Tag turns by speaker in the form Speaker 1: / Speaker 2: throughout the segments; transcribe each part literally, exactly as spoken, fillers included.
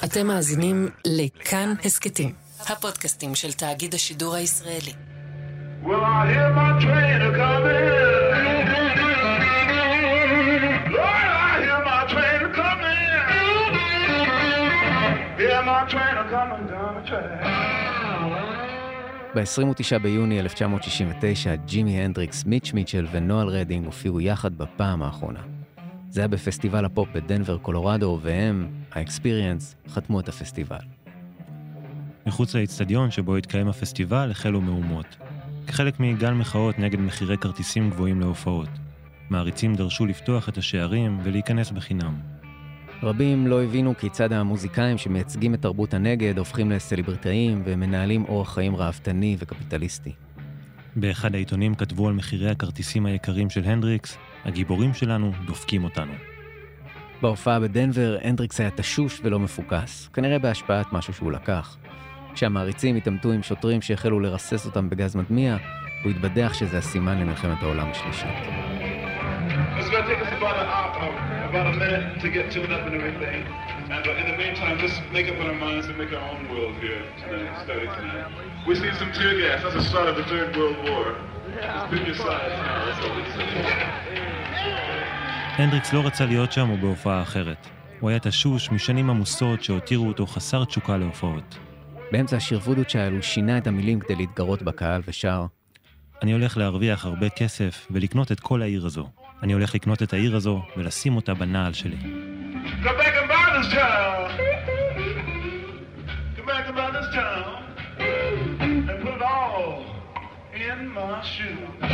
Speaker 1: אתם מאזינים לכאן הסקטים, הפודקאסטים של תאגיד השידור הישראלי.
Speaker 2: Well, I hear my train a-coming. Lord, I hear my train a-coming. Hear my train a-coming down the track.
Speaker 3: ב-עשרים ותשעה ביוני אלף תשע מאות שישים ותשע, ג'ימי הנדריקס, מיץ' מיטשל ונואל רדינג הופיעו יחד בפעם האחרונה. זה היה בפסטיבל הפופ בדנבר, קולורדו, והם, האקספיריאנס, חתמו את הפסטיבל.
Speaker 4: מחוץ לאצטדיון שבו התקיים הפסטיבל החלו מהומות. כחלק מגל מחאות נגד מחירי כרטיסים גבוהים להופעות. מעריצים דרשו לפתוח את השערים ולהיכנס בחינם.
Speaker 3: רבים לא הבינו כיצד המוזיקאים שמייצגים את תרבות הנגד הופכים לסלבריטאים ומנהלים אורח חיים רעבתני וקפיטליסטי.
Speaker 4: באחד העיתונים כתבו על מחירי הכרטיסים היקרים של הנדריקס, הגיבורים שלנו דופקים אותנו.
Speaker 3: בהופעה בדנבר, הנדריקס היה תשוש ולא מפוקס, כנראה בהשפעת משהו שהוא לקח. כשהמעריצים התעמתו עם שוטרים שהחלו לרסס אותם בגז מדמיע, הוא התבדח שזה הסימן למלחמת העולם השלישית.
Speaker 2: It's going to take us about, a, uh, about a minute to get tuned up and everything. And but in the meantime, just make up our minds and make our own world here tonight, study tonight. We see some tear gas. That's the start of the Third World War. Just pick your sides now. That's all we say.
Speaker 4: הנדריקס לא רצה להיות שם או בהופעה אחרת. הוא היה תשוש משנים עמוסות שהותירו אותו חסר תשוקה להופעות.
Speaker 3: באמצע השרבודות שהאלו שינה את המילים כדי להתגרות בקהל ושר.
Speaker 4: אני הולך להרוויח הרבה כסף ולקנות את כל העיר הזו. אני הולך לקנות את העיר הזו ולשים אותה בנעל שלי.
Speaker 2: Come back and buy this town. Come back and buy this town. And put it all in my shoe.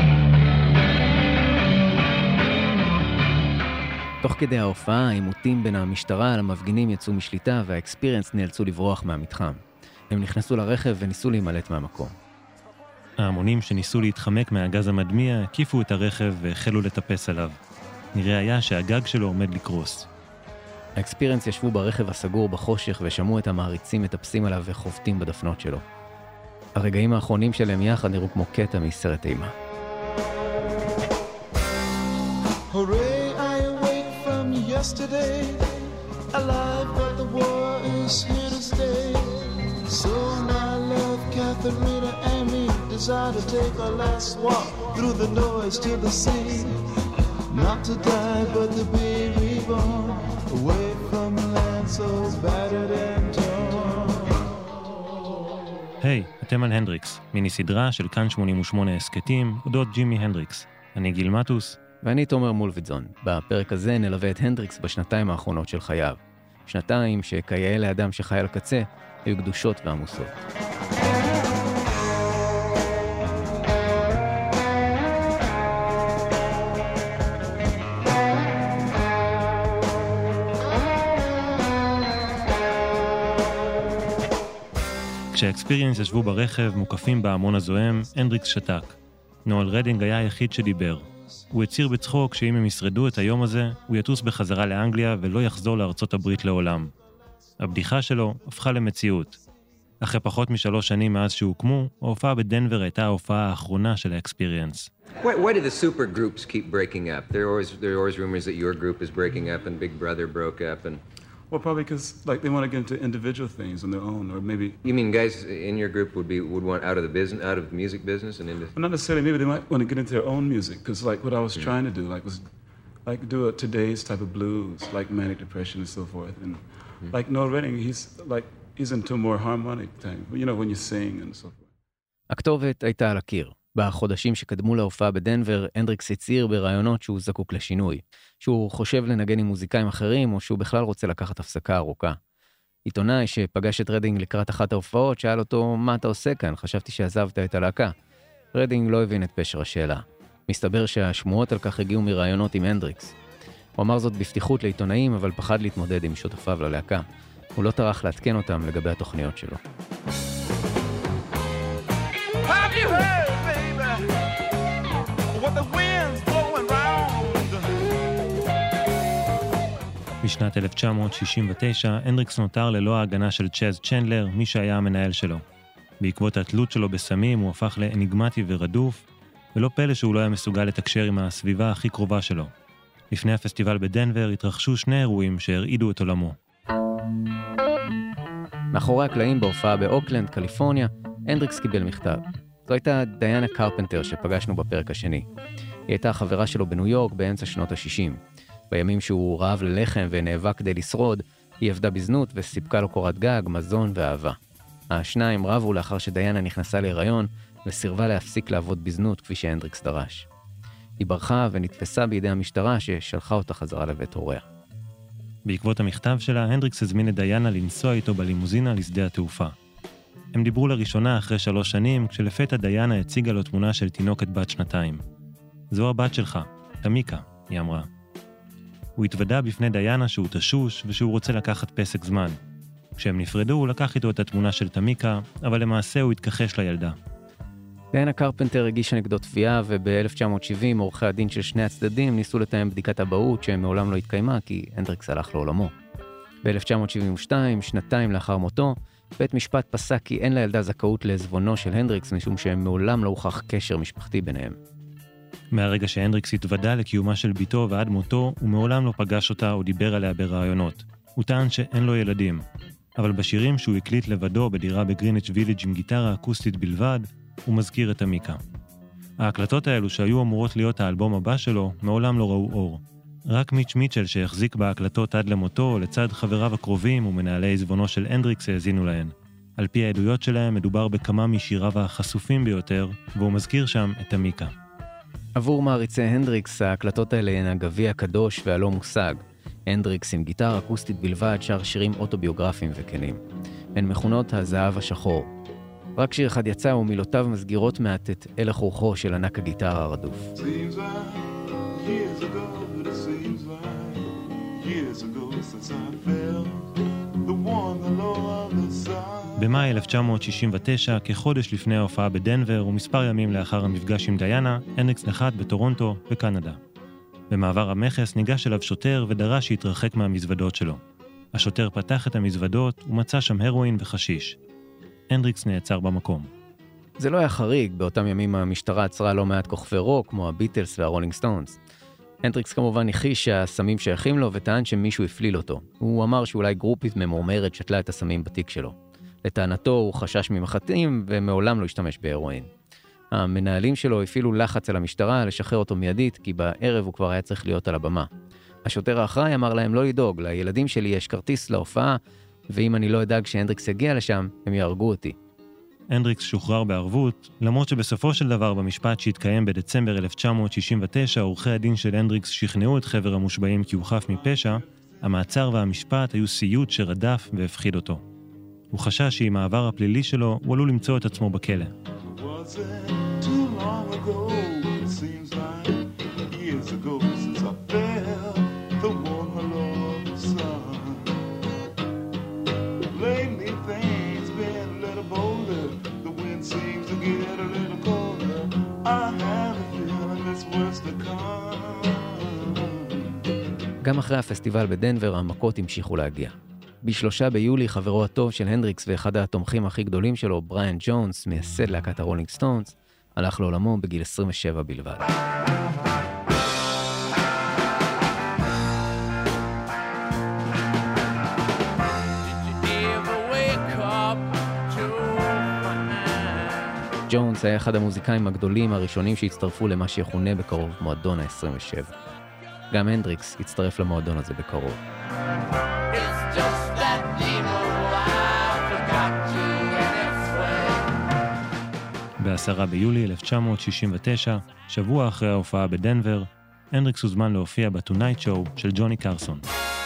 Speaker 3: תוך כדי ההופעה, העימותים בין המשטרה למפגינים יצאו משליטה והאקספיריאנס נאלצו לברוח מהמתחם. הם נכנסו לרכב וניסו להימלט מהמקום.
Speaker 4: ההמונים שניסו להתחמק מהגז המדמיע הקיפו את הרכב והחלו לטפס עליו. נראה היה שהגג שלו עומד לקרוס.
Speaker 3: האקספיריאנס ישבו ברכב הסגור בחושך ושמעו את המעריצים מטפסים עליו וחובטים בדפנות שלו. הרגעים האחרונים שלהם יחד נראו כמו קטע מסרט אימה.
Speaker 5: Hooray, I awake from yesterday, alive but the war is here to stay. So my love, Catherine and me desire to take our last walk through the noise to the sea. Not to die but to be reborn, away from a land so battered and torn.
Speaker 4: היי, hey, אתם על הנדריקס, מיני סדרה של כאן שמונים ושמונה הסקטים, אודות ג'ימי הנדריקס. אני גיל מטוס.
Speaker 3: ואני תומר מולביטזון. בפרק הזה נלווה את הנדריקס בשנתיים האחרונות של חייו. שנתיים שכיאה לאדם שחי על הקצה, היו קדושות ועמוסות.
Speaker 4: כשהאקספיריאנס ישבו ברכב מוקפים בהמון הזוהם, הנדריקס שתק. נואל רדינג היה היחיד שדיבר. הוא הציר בצחוק שאם הם ישרדו את היום הזה, הוא יטוס בחזרה לאנגליה ולא יחזור לארצות הברית לעולם. הבדיחה שלו הפכה למציאות. אחרי פחות משלוש שנים מאז שהוקמו, ההופעה בדנבר הייתה ההופעה האחרונה של האקספיריאנס.
Speaker 6: Why, why do the super groups keep breaking up? There are always there are always rumors that your group is breaking up and Big Brother broke up and.
Speaker 7: Well, probably because like they want to get into individual things on their own, or maybe.
Speaker 6: You mean guys in your group would be would want out of the business, out of the music business, and into.
Speaker 7: Well, not necessarily. Maybe they might want to get into their own music, because like what I was mm. trying to do, like was, like do a today's type of blues, like manic depression and so forth, and mm. like Noel Redding, he's like he's into more harmonic thing, you know, when you sing and so forth.
Speaker 3: הכתובת הייתה על הקיר. בחודשים שקדמו להופעה בדנבר, הנדריקס הצהיר ברעיונות שהוא זקוק לשינוי, שהוא חושב לנגן עם מוזיקאים אחרים, או שהוא בכלל רוצה לקחת הפסקה ארוכה. עיתונאי שפגש את רדינג לקראת אחת ההופעות, שאל אותו, מה אתה עושה כאן? חשבתי שעזבת את הלהקה. רדינג לא הבין את פשר השאלה. מסתבר שהשמועות על כך הגיעו מרעיונות עם הנדריקס. הוא אמר זאת בפתיחות לעיתונאים, אבל פחד להתמודד עם שותפיו ללהקה. הוא לא טרח לעדכן אותם לגבי התוכניות שלו.
Speaker 2: Have you heard, baby, what the wind's blowing round?
Speaker 4: בשנת אלף תשע מאות שישים ותשע, הנדריקס נותר ללא ההגנה של צ'אז צ'נדלר, מי שהיה המנהל שלו. בעקבות התלות שלו בסמים הוא הפך לאניגמטי ורדוף, ולא פלא שהוא לא היה מסוגל לתקשר עם הסביבה הכי קרובה שלו. לפני הפסטיבל בדנבר התרחשו שני אירועים שהרעידו את עולמו.
Speaker 3: מאחורי הקלעים בהופעה באוקלנד, קליפורניה, הנדריקס קיבל מכתב. זו הייתה דיאנה קרפנטר שפגשנו בפרק השני. היא הייתה חברה שלו בניו יורק באמצע שנות ה-שישים. בימים שהוא רעב ללחם ונאבק כדי לשרוד, היא עבדה בזנות וסיפקה לו קורת גג, מזון ואהבה. השניים רבו לאחר שדיאנה נכנסה להיריון וסירבה להפסיק לעבוד בזנות כפי שהנדריקס דרש. היא ברחה ונתפסה בידי המשטרה ששלחה אותה חזרה לבית הוריה.
Speaker 4: בעקבות המכתב שלה, הנדריקס הזמין את דיאנה לנסוע איתו בלימוזינה לשדה התעופה. הם דיברו לראשונה אחרי שלוש שנים, כשלפתע דיאנה הציגה לו תמונה של תינוקת בת שנתיים. זו הבת שלך, תמיקה, היא אמרה. הוא התוודע בפני דיאנה שהוא תשוש ושהוא רוצה לקחת פסק זמן. כשהם נפרדו, הוא לקח איתו את התמונה של תמיקה, אבל למעשה הוא התכחש לילדה.
Speaker 3: דיאנה קרפנטר הגישה נגדו תביעה, וב-אלף תשע מאות שבעים עורכי הדין של שני הצדדים ניסו לתאם בדיקת אבהות שמעולם לא התקיימה, כי הנדריקס הלך לעולמו. ב-אלף תשע מאות שבעים ושתיים, שנתיים לאחר מותו, בית משפט פסק כי אין לילדה זכאות לעזבונו של הנדריקס, משום שהם מעולם לא הוכח קשר משפחתי ביניהם.
Speaker 4: מהרגע שהנדריקס התוודע לקיומה של ביתו ועד מותו, הוא מעולם לא פגש אותה או דיבר עליה ברעיונות. הוא טען שאין לו ילדים. אבל בשירים שהוא הקליט לבדו בדירה בגריניץ' ויליג' עם גיטרה אקוסטית בלבד, הוא מזכיר את תמיקה. ההקלטות האלו שהיו אמורות להיות האלבום הבא שלו, מעולם לא ראו אור. רק מיץ' מיטשל שהחזיק בהקלטות עד למותו, לצד חבריו הקרובים ומנהלי עזבונו של הנדריקס האזינו להן. על פי העדויות שלהם מדובר בכמה משיריו החשופים ביותר, והוא מזכיר שם את תמיקה.
Speaker 3: עבור מעריצי הנדריקס, ההקלטות האלה הן הגביע הקדוש והלא מושג. הנדריקס עם גיטרה אקוסטית בלבד שר שירים אוטוביוגרפיים וכנים. הן מכונות הזהב השחור. רק שיר אחד יצא ומילותיו מסגירות מעט את הלך רוחו של ענק הגיטרה הרדוף.
Speaker 4: במאי אלף תשע מאות שישים ותשע, כחודש לפני ההופעה בדנבר ומספר ימים לאחר המפגש עם דיאנה, הנדריקס נחת בטורונטו בקנדה. במעבר המכס ניגש אליו שוטר ודרש שיתרחק מהמזוודות שלו. השוטר פתח את המזוודות ומצא שם הרואין וחשיש. הנדריקס נעצר במקום.
Speaker 3: זה לא היה חריג, באותם ימים המשטרה עצרה לא מעט כוכבי רוק, כמו הביטלס והרולינג סטונס. הנדריקס כמובן הכחיש שהסמים שייכים לו וטען שמישהו הפליל אותו. הוא אמר שאולי גרופית ממורמרת שתלה את הסמים בתיק שלו. לטענתו הוא חשש ממחטים ומעולם לא השתמש בהרואין. המנהלים שלו הפעילו לחץ על המשטרה לשחרר אותו מיידית, כי בערב הוא כבר היה צריך להיות על הבמה. השוטר האחראי אמר להם לא לדאוג, לילדים שלי יש כרטיס להופעה, ואם אני לא אדאג שהנדריקס יגיע לשם, הם יהרגו אותי.
Speaker 4: הנדריקס שוחרר בערבות, למרות שבסופו של דבר במשפט שהתקיים בדצמבר אלף תשע מאות שישים ותשע, עורכי הדין של הנדריקס שכנעו את חבר המושבעים כי הוא חף מפשע, המעצר והמשפט היו סיוט שרדף והפחיד אותו. הוא חשש שעם העבר הפלילי שלו, הוא עלול למצוא את עצמו בכלא.
Speaker 3: גם אחרי הפסטיבל בדנבר, המכות המשיכו להגיע. בשלושה ביולי, חברו הטוב של הנדריקס ואחד התומכים הכי גדולים שלו, בריאן ג'ונס, מייסד להקת הרולינג סטונס, הלך לעולמו בגיל עשרים ושבע בלבד. ג'ונס היה אחד המוזיקאים הגדולים הראשונים שהצטרפו למה שיכונה בקרוב מועדון ה-עשרים ושבע. גם הנדריקס הצטרף למועדון הזה בקרוב.
Speaker 4: בעשרה ביולי אלף תשע מאות שישים ותשע, שבוע אחרי ההופעה בדנבר, הנדריקס הוזמן להופיע ב-Tonight Show של ג'וני קרסון.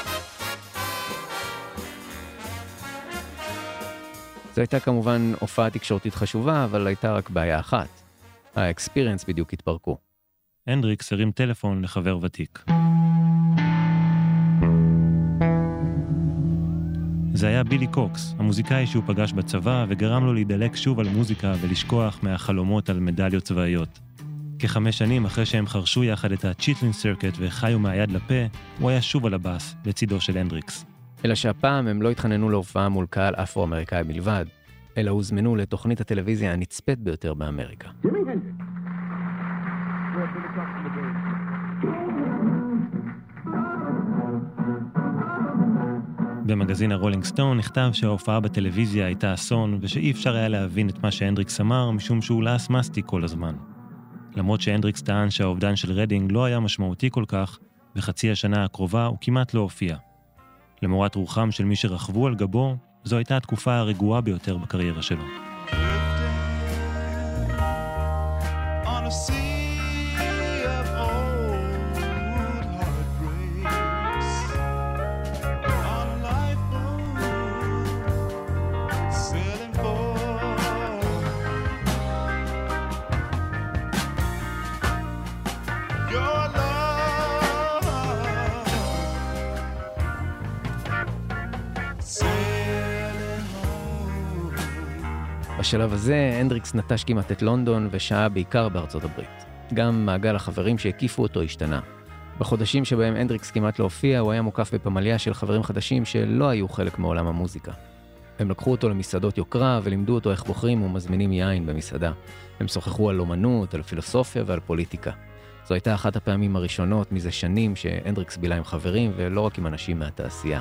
Speaker 3: זו הייתה כמובן הופעה תקשורתית חשובה, אבל הייתה רק בעיה אחת. האקספיריאנס בדיוק התפרקו.
Speaker 4: הנדריקס הרים טלפון לחבר ותיק. זה היה בילי קוקס, המוזיקאי שהוא פגש בצבא וגרם לו להידלק שוב על מוזיקה ולשכוח מהחלומות על מדליות צבאיות. כחמש שנים אחרי שהם חרשו יחד את הצ'יטלין סרקט וחיו מהיד לפה, הוא היה שוב על הבאס לצידו של הנדריקס.
Speaker 3: אלא שהפעם הם לא התחננו להופעה מול קהל אפרו-אמריקאי בלבד, אלא הוזמנו לתוכנית הטלוויזיה הנצפית ביותר באמריקה.
Speaker 4: במגזין הרולינג סטון נכתב שההופעה בטלוויזיה הייתה אסון, ושאי אפשר היה להבין את מה שהנדריקס אמר, משום שהוא לעס מסטיק כל הזמן. למרות שהנדריקס טען שהאובדן של רדינג לא היה משמעותי כל כך, וחצי השנה הקרובה הוא כמעט לא הופיע. למורת רוחם של מי שרכבו על גבו, זו הייתה התקופה הרגועה ביותר בקריירה שלו.
Speaker 5: On a sea of old heartbreaks, on a lifeboat sailing for your love, sailing home.
Speaker 3: בשלב הזה, הנדריקס נטש כמעט את לונדון ושהה בעיקר בארצות הברית. גם מעגל החברים שהקיפו אותו השתנה. בחודשים שבהם הנדריקס כמעט לא הופיע, הוא היה מוקף בפמליה של חברים חדשים שלא היו חלק מעולם המוזיקה. הם לקחו אותו למסעדות יוקרה ולימדו אותו איך בוחרים ומזמינים יין במסעדה. הם שוחחו על אומנות, על פילוסופיה ועל פוליטיקה. זו הייתה אחת הפעמים הראשונות מזה שנים שהנדריקס בילה עם חברים ולא רק עם אנשים מהתעשייה.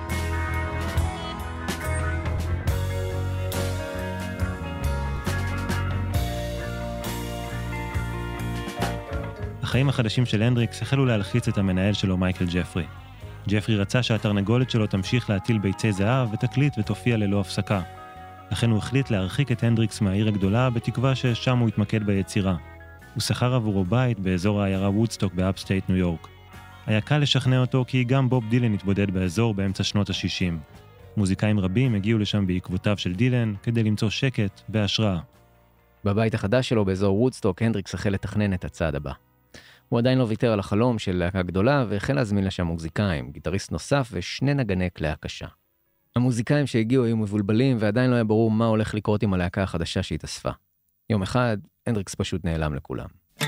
Speaker 4: החיים החדשים של הנדריקס החלו להלחיץ את המנהל שלו מייקל ג'פרי. ג'פרי רצה שהתרנגולת שלו תמשיך להטיל ביצי זהב ותקליט ותופיע ללא הפסקה. לכן הוא החליט להרחיק את הנדריקס מהעיר הגדולה בתקווה ששם הוא יתמקד ביצירה. הוא שכר עבורו בית באזור העיירה וודסטוק באפסטייט ניו יורק. היה קל לשכנע אותו כי גם בוב דילן התבודד באזור באמצע שנות ה-שישים. מוזיקאים רבים הגיעו לשם בעקבותיו של דילן כדי למצוא שקט והשראה.
Speaker 3: בבית החדש שלו באזור וודסטוק, הנדריקס החל לתכנן את הצעד הבא. הוא עדיין לא ויתר על החלום של להקה גדולה, והחל להזמין לשם מוזיקאים, גיטריסט נוסף ושני נגני כלי הקשה. המוזיקאים שהגיעו היו מבולבלים, ועדיין לא היה ברור מה הולך לקרות עם הלהקה החדשה שהתאספה. יום אחד, הנדריקס פשוט נעלם לכולם.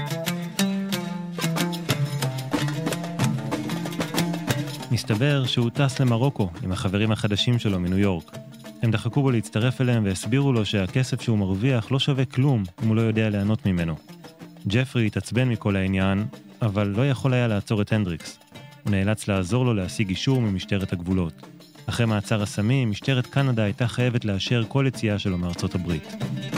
Speaker 4: מסתבר שהוא טס למרוקו עם החברים החדשים שלו מניו יורק. הם דחקו בו להצטרף אליהם והסבירו לו שהכסף שהוא מרוויח לא שווה כלום אם הוא לא יודע ליהנות ממנו. ג'פרי התעצבן מכל העניין, אבל לא יכול היה לעצור את הנדריקס. הוא נאלץ לעזור לו להשיג אישור ממשטרת הגבולות. אחרי מעצר הסמים, משטרת קנדה הייתה חייבת לאשר כל יציאה שלו מארצות הברית.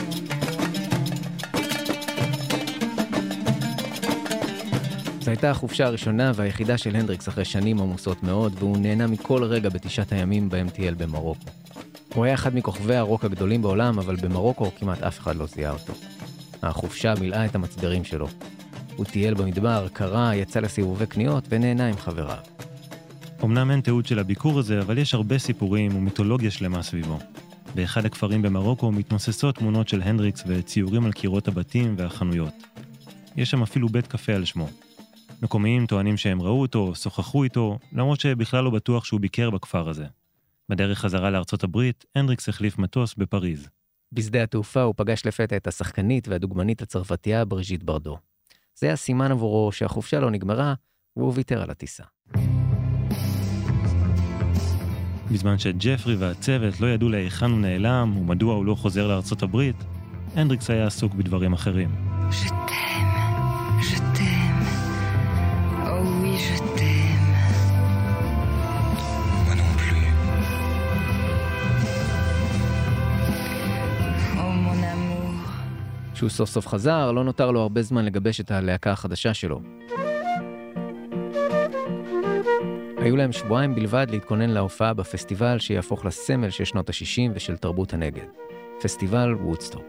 Speaker 3: זו הייתה החופשה הראשונה והיחידה של הנדריקס אחרי שנים עמוסות מאוד, והוא נהנה מכל רגע בתשעת הימים בהם טייל במרוקו. הוא היה אחד מכוכבי הרוק הגדולים בעולם, אבל במרוקו כמעט אף אחד לא זיהה אותו. החופשה מילאה את המצברים שלו. הוא טייל במדבר, קרא, יצא לסיבובי קניות ונהנה עם חבריו.
Speaker 4: אמנם אין תיעוד של הביקור הזה, אבל יש הרבה סיפורים ומיתולוגיה שלמה סביבו. באחד הכפרים במרוקו מתנוססות תמונות של הנדריקס וציורים על קירות הבתים והחנויות. יש שם אפילו בית קפה על שמו. מקומיים טוענים שהם ראו אותו, שוחחו איתו, למרות שבכלל לא בטוח שהוא ביקר בכפר הזה. בדרך חזרה לארצות הברית, הנדריקס החליף מטוס בפריז.
Speaker 3: בשדה התעופה הוא פגש לפתע את השחקנית והדוגמנית הצרפתייה בריז'יט ברדו. זה היה סימן עבורו שהחופשה לא נגמרה, והוא ויתר על הטיסה.
Speaker 4: בזמן שג'פרי והצוות לא ידעו להיכן הוא נעלם ומדוע הוא לא חוזר לארצות הברית, הנדריקס היה עסוק בדברים אחרים.
Speaker 8: Je t'aime, je t'aime, oh oui je t'aime.
Speaker 5: Moi non plus.
Speaker 8: Oh mon amour.
Speaker 3: כשהוא סוף סוף חזר, לא נותר לו הרבה זמן לגבש את הלהקה החדשה שלו. היו להם שבועיים בלבד להתכונן להופעה בפסטיבל שיהפוך לסמל של שנות ה-שישים ושל תרבות הנגד. פסטיבל וודסטוק.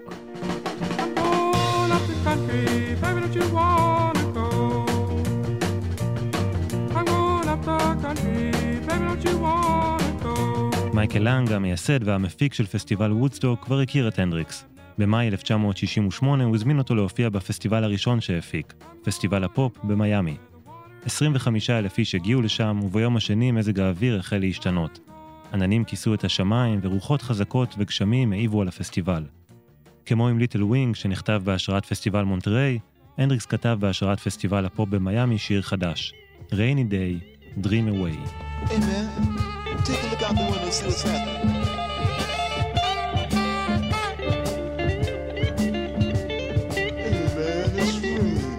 Speaker 4: מייקל לנג, המייסד והמפיק של פסטיבל וודסטוק, כבר הכיר את הנדריקס. במאי אלף תשע מאות שישים ושמונה הוא הזמין אותו להופיע בפסטיבל הראשון שהפיק, פסטיבל הפופ במיימי. עשרים וחמישה אלף איש הגיעו לשם, וביום השני מזג האוויר החל להשתנות. עננים כיסו את השמיים, ורוחות חזקות וגשמים העיבו על הפסטיבל. כמו עם ליטל ווינג, שנכתב בהשראת פסטיבל מונטריי, הנדריקס כתב בהשראת פסטיבל הפופ במיימי שיר חדש, Rainy Day, Dream Away.
Speaker 5: Hey man, take a look out the window and see what's happening. Hey man, it's raining.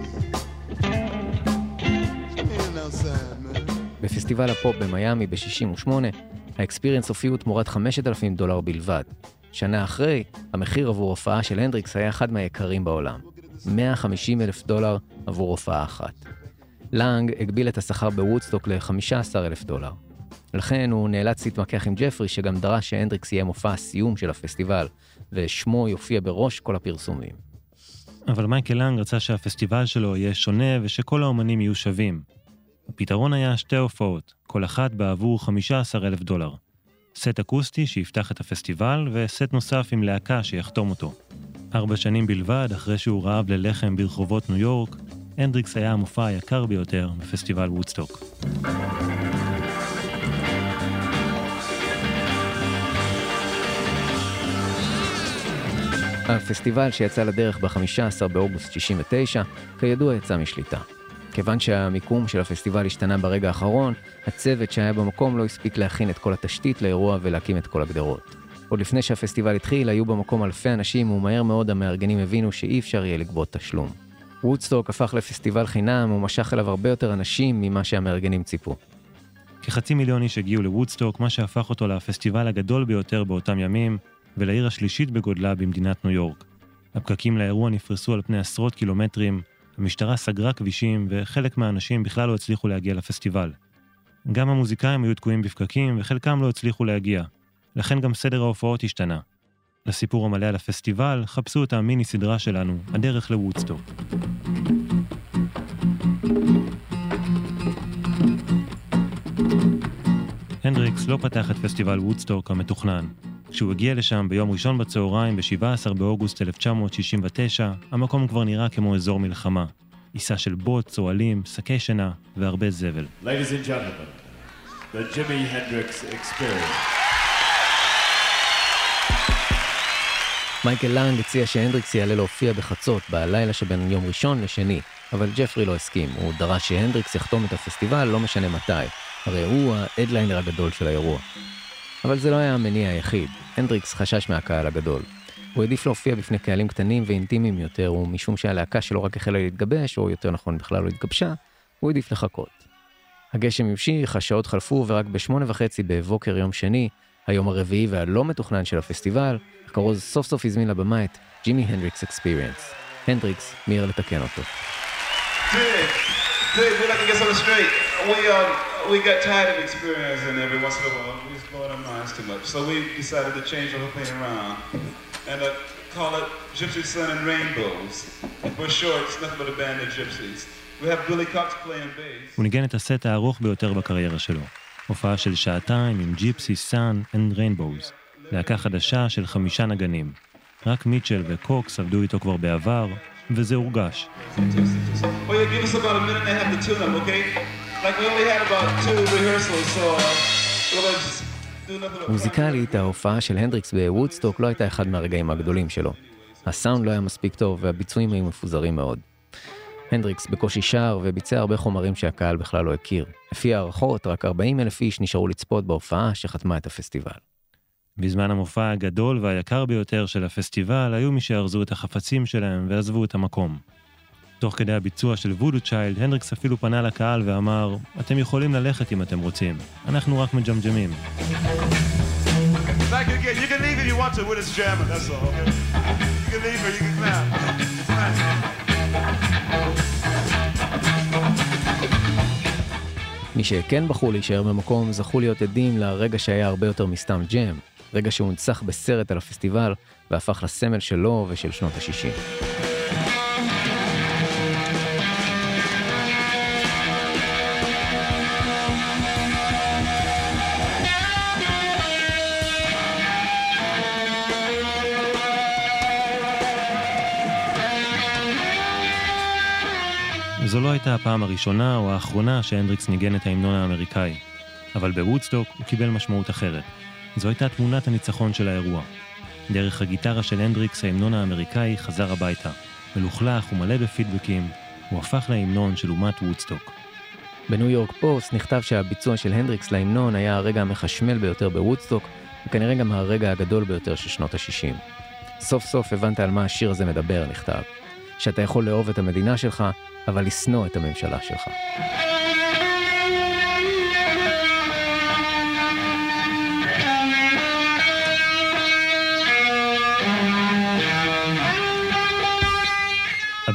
Speaker 5: It's raining outside, man.
Speaker 3: בפסטיבל הפופ במיימי ב-שישים ושמונה, האקספיריאנס הופיעו תמורת חמשת אלפים דולר בלבד. שנה אחרי, המחיר עבור הופעה של הנדריקס היה אחד מהיקרים בעולם. מאה וחמישים אלף דולר עבור הופעה אחת. לנג הגביל את השכר בוודסטוק ל-חמישה עשר אלף דולר. לכן הוא נאלץ להתמקח עם ג'פרי, שגם דרש שהנדריקס יהיה מופע הסיום של הפסטיבל, ושמו יופיע בראש כל הפרסומים.
Speaker 4: אבל מייקל לנג רצה שהפסטיבל שלו יהיה שונה ושכל האומנים יהיו שווים. הפתרון היה שתי הופעות, כל אחת בעבור חמישה עשר אלף דולר. סט אקוסטי שיפתח את הפסטיבל, וסט נוסף עם להקה שיחתום אותו. ארבע שנים בלבד, אחרי שהוא רעב ללחם ברחובות ניו יורק, הנדריקס היה המופע היקר ביותר בפסטיבל וודסטוק.
Speaker 3: הפסטיבל שיצא לדרך ב-חמישה עשר באוגוסט שישים ותשע, כידוע יצא משליטה. כיוון שהמיקום של הפסטיבל השתנה ברגע האחרון, הצוות שהיה במקום לא הספיק להכין את כל התשתית לאירוע ולהקים את כל הגדרות. עוד לפני שהפסטיבל התחיל, היו במקום אלפי אנשים, ומהר מאוד המארגנים הבינו שאי אפשר יהיה לגבות תשלום. וודסטוק הפך לפסטיבל חינם, ומשך אליו הרבה יותר אנשים ממה שהמארגנים ציפו.
Speaker 4: כחצי מיליון איש הגיעו לוודסטוק, מה שהפך אותו לפסטיבל הגדול ביותר באותם ימים, ולעיר השלישית בגודלה במדינת ניו יורק. הפקקים לאירוע נפרסו על פני עשרות קילומטרים, המשטרה סגרה כבישים, וחלק מהאנשים בכלל לא הצליחו להגיע לפסטיבל. גם המוזיקאים היו תקועים בפקקים, וחלקם לא הצליחו להגיע. לכן גם סדר ההופעות השתנה. לסיפור המלא על הפסטיבל, חפשו את המיני סדרה שלנו, הדרך לוודסטוק. הנדריקס לא פתח את פסטיבל וודסטוק המתוכנן. כשהוא הגיע לשם ביום ראשון בצהריים ב-שבעה עשר באוגוסט אלף תשע מאות שישים ותשע, המקום כבר נראה כמו אזור מלחמה. עיסה של בוט, צועלים, שקי שינה והרבה זבל.
Speaker 9: Ladies and gentlemen, the Jimi Hendrix Experience.
Speaker 3: מייקל לנג הציע שהנדריקס יעלה להופיע בחצות בלילה שבין יום ראשון לשני, אבל ג'פרי לא הסכים. הוא דרש שהנדריקס יחתום את הפסטיבל, לא משנה מתי. הרי הוא ההדליינר הגדול של האירוע. אבל זה לא היה המניע היחיד. הנדריקס חשש מהקהל הגדול. הוא העדיף להופיע בפני קהלים קטנים ואינטימיים יותר, ומשום שהלהקה שלו רק החלה להתגבש, או יותר נכון בכלל לא התגבשה, הוא העדיף לחכות. הגשם המשיך, השעות חלפו, ורק בשמונה וחצי בבוקר יום שני, היום הרביעי והלא מתוכנן של הפסטיבל, הכרוז סוף סוף הזמין לבמה את ג'ימי הנדריקס אקספיריאנס. הנדריקס מיהר לתקן אותו.
Speaker 2: Dude, dude, we'd like to get something straight. We, um, we got tired of experiencing every once in a while. We was blowing our minds too much. So we decided to change the whole thing around and uh, call it Gypsy Sun and Rainbows. We're short, it's nothing but a band of gypsies. We have Billy Cox playing bass.
Speaker 4: הוא ניגן את הסט הארוך ביותר בקריירה שלו. הופעה של שעתיים עם Gypsy Sun and Rainbows. להקה חדשה של חמישה נגנים. רק מיטשל וקוקס עבדו איתו כבר בעבר, וזה הורגש.
Speaker 2: Oh yeah, give us about a minute and a half to tune them, okay? Like we only had about two rehearsals, so we'll just do nothing.
Speaker 3: מוזיקלית, ההופעה של הנדריקס בוודסטוק לא הייתה אחד מהרגעים הגדולים שלו. הסאונד לא היה מספיק טוב, והביצועים היו מפוזרים מאוד. הנדריקס בקושי שר וביצע הרבה חומרים שהקהל בכלל לא הכיר. לפי הערכות, רק ארבעים אלף איש נשארו לצפות בהופעה שחתמה את הפסטיבל.
Speaker 4: בזמן המופע הגדול והיקר ביותר של הפסטיבל, היו מי שארזו את החפצים שלהם ועזבו את המקום. תוך כדי הביצוע של וודו צ'יילד, הנדריקס אפילו פנה לקהל ואמר, אתם יכולים ללכת אם אתם רוצים, אנחנו רק מג'מג'מים. מי שכן בחרו להישאר במקום, זכו להיות עדים לרגע שהיה הרבה יותר מסתם ג'ם, רגע שהונצח בסרט על הפסטיבל והפך לסמל שלו ושל שנות ה-שישים. זו לא הייתה הפעם הראשונה או האחרונה שהנדריקס ניגן את ההמנון האמריקאי, אבל בוודסטוק הוא קיבל משמעות אחרת. זו הייתה תמונת הניצחון של האירוע. דרך הגיטרה של הנדריקס, ההמנון האמריקאי חזר הביתה. מלוכלך ומלא בפידבקים, הוא הפך להמנון של אומת וודסטוק.
Speaker 3: בניו יורק פוסט נכתב שהביצוע של הנדריקס להמנון היה הרגע המחשמל ביותר בוודסטוק, וכנראה גם הרגע הגדול ביותר של שנות ה-שישים. סוף סוף הבנת על מה השיר הזה מדבר, נכתב. שאתה יכול לאהוב את המדינה שלך, אבל לשנוא את הממשלה שלך.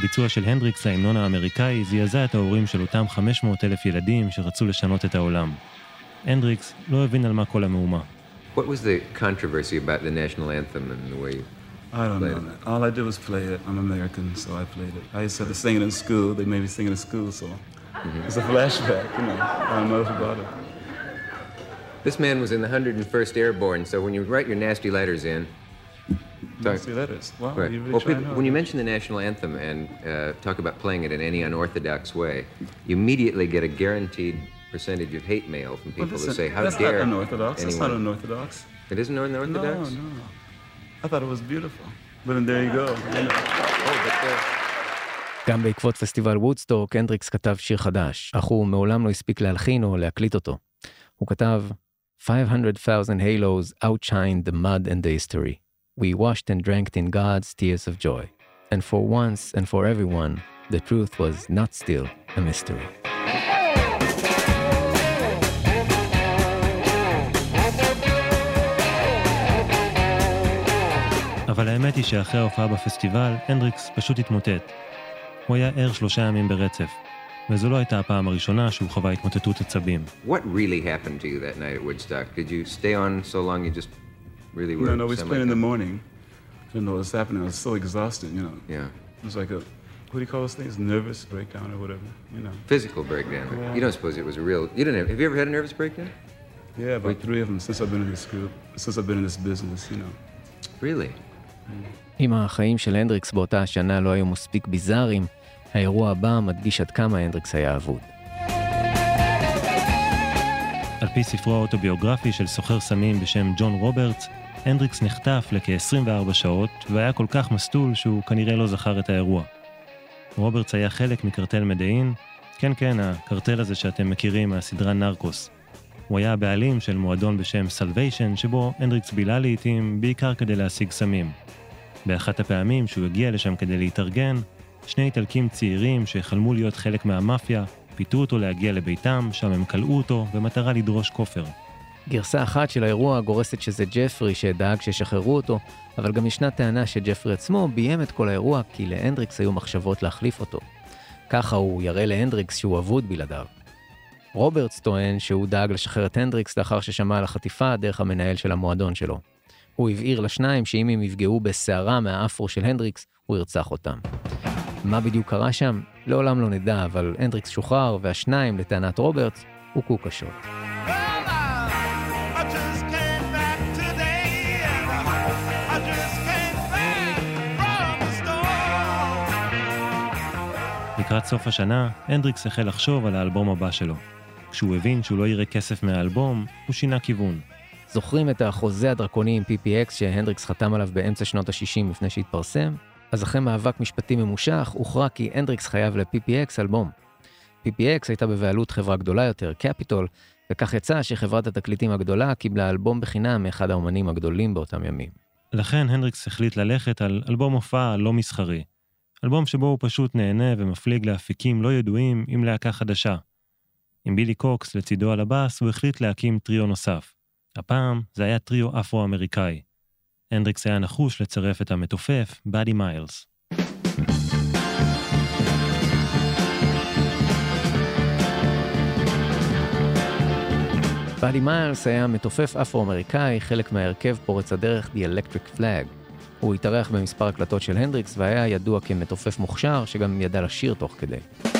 Speaker 4: הביצוע של הנדריקס להמנון האמריקאי זעזע את ההורים של אותם חמש מאות אלף ילדים שרצו לשנות את העולם. הנדריקס לא הבין על מה כל המהומה.
Speaker 6: What was the controversy about the national anthem and the way you
Speaker 7: I don't
Speaker 6: played
Speaker 7: know.
Speaker 6: it?
Speaker 7: All I did was play it. I'm American, so I played it. I used to have to sing it in school. They made me sing it in school, so mm-hmm. It's a flashback, you know. I don't know about it.
Speaker 6: This man was in the one hundred first Airborne, so when you write your nasty letters in...
Speaker 7: Nasty letters? Wow,
Speaker 6: right.
Speaker 7: you really
Speaker 6: well,
Speaker 7: trying
Speaker 6: people,
Speaker 7: hard.
Speaker 6: when you mention the national anthem and uh, talk about playing it in any unorthodox way, you immediately get a guaranteed percentage of hate mail from people
Speaker 7: well, listen,
Speaker 6: who say, how
Speaker 7: that's
Speaker 6: dare
Speaker 7: not unorthodox.
Speaker 6: anyone...
Speaker 7: That's not unorthodox.
Speaker 6: It isn't unorthodox?
Speaker 7: No, no. I thought it was beautiful. But then there you go. You know.
Speaker 6: Oh, but the...
Speaker 3: גם בעקבות פסטיבל וודסטוק, הנדריקס כתב שיר חדש, אך הוא מעולם לא הספיק להלחין או להקליט אותו. הוא כתב, five hundred thousand halos outshined the mud and the history. We washed and drank in God's tears of joy. And for once and for everyone, the truth was not still a mystery.
Speaker 4: אבל האמת היא שאחרי ההופעה בפסטיבל, הנדריקס פשוט התמוטט. הוא היה ער שלושה ימים ברצף, וזו לא הייתה הפעם הראשונה שהוא חווה התמוטטות עצבים.
Speaker 6: What really happened to you that night at Woodstock? Did you stay on so long you just really were...
Speaker 7: No, no, we spent in the morning. I didn't know what was happening. I was so exhausted, you know.
Speaker 6: Yeah.
Speaker 7: It was like a, what do you call those things? Nervous breakdown or whatever, you know.
Speaker 6: Physical breakdown. Yeah. You don't suppose it was a real... You didn't have... Have you ever had a nervous breakdown?
Speaker 7: Yeah, about three of them since I've been in this group, since I've been in this business, you know.
Speaker 6: Really?
Speaker 3: אם החיים של הנדריקס באותה השנה לא היו מספיק ביזאריים, האירוע הבא מדגיש עד כמה הנדריקס היה אבוד.
Speaker 4: על פי ספרו האוטוביוגרפי של סוחר סמים בשם ג'ון רוברטס, הנדריקס נחטף לכ-עשרים וארבע שעות והיה כל כך מסטול שהוא כנראה לא זכר את האירוע. רוברטס היה חלק מקרטל מדעין, כן כן, הקרטל הזה שאתם מכירים מהסדרה נרקוס. הוא היה הבעלים של מועדון בשם סלוויישן, שבו הנדריקס בילה לעתים בעיקר כדי להשיג סמים. באחת הפעמים שהוא הגיע לשם כדי להתארגן, שני איטלקים צעירים שחלמו להיות חלק מהמאפיה, פיתו אותו להגיע לביתם, שם הם קלעו אותו במטרה לדרוש כופר.
Speaker 3: גרסה אחת של האירוע גורסת שזה ג'פרי שדאג ששחררו אותו, אבל גם ישנה טענה שג'פרי עצמו ביים את כל האירוע כי להנדריקס היו מחשבות להחליף אותו. ככה הוא יראה להנדריקס שהוא אבוד בלעדיו. רוברטס טוען שהוא דאג לשחרר את הנדריקס לאחר ששמע על החטיפה דרך המנהל של המועדון שלו. הוא הבהיר לשניים שאם הם יפגעו בסערה מהאפרו של הנדריקס, הוא ירצח אותם. מה בדיוק קרה שם? לעולם לא נדע, אבל הנדריקס שוחרר והשניים, לטענת רוברטס, הוכו קשות.
Speaker 4: לקראת סוף השנה, הנדריקס החל לחשוב על האלבום הבא שלו. כשהוא הבין שהוא לא יראה כסף מהאלבום, הוא שינה כיוון.
Speaker 3: זוכרים את החוזה הדרקוני עם פי פי אקס שהנדריקס חתם עליו באמצע שנות ה-שישים לפני שהתפרסם? אז אחרי מאבק משפטי ממושך, הוכרע כי הנדריקס חייב ל-פי פי אקס אלבום. פי פי אקס הייתה בבעלות חברה גדולה יותר, קפיטול, וכך יצא שחברת התקליטים הגדולה קיבלה אלבום בחינם מאחד האומנים הגדולים באותם ימים.
Speaker 4: לכן הנדריקס החליט ללכת על אלבום הופעה לא מסחרי. אלבום שבו הוא פשוט נהנה ומפליג להפיקים לא ידועים עם להקה חדשה. עם בילי קוקס לצידו על הבאס, הוא החליט להקים טריו נוסף. הפעם זה היה טריו אפרו-אמריקאי. הנדריקס היה נחוש לצרף את המתופף, באדי מיילס.
Speaker 3: באדי מיילס היה מתופף אפרו-אמריקאי, חלק מהרכב פורץ הדרך The Electric Flag. הוא התארח במספר הקלטות של הנדריקס והיה ידוע כמתופף מוכשר שגם ידע לשיר תוך כדי.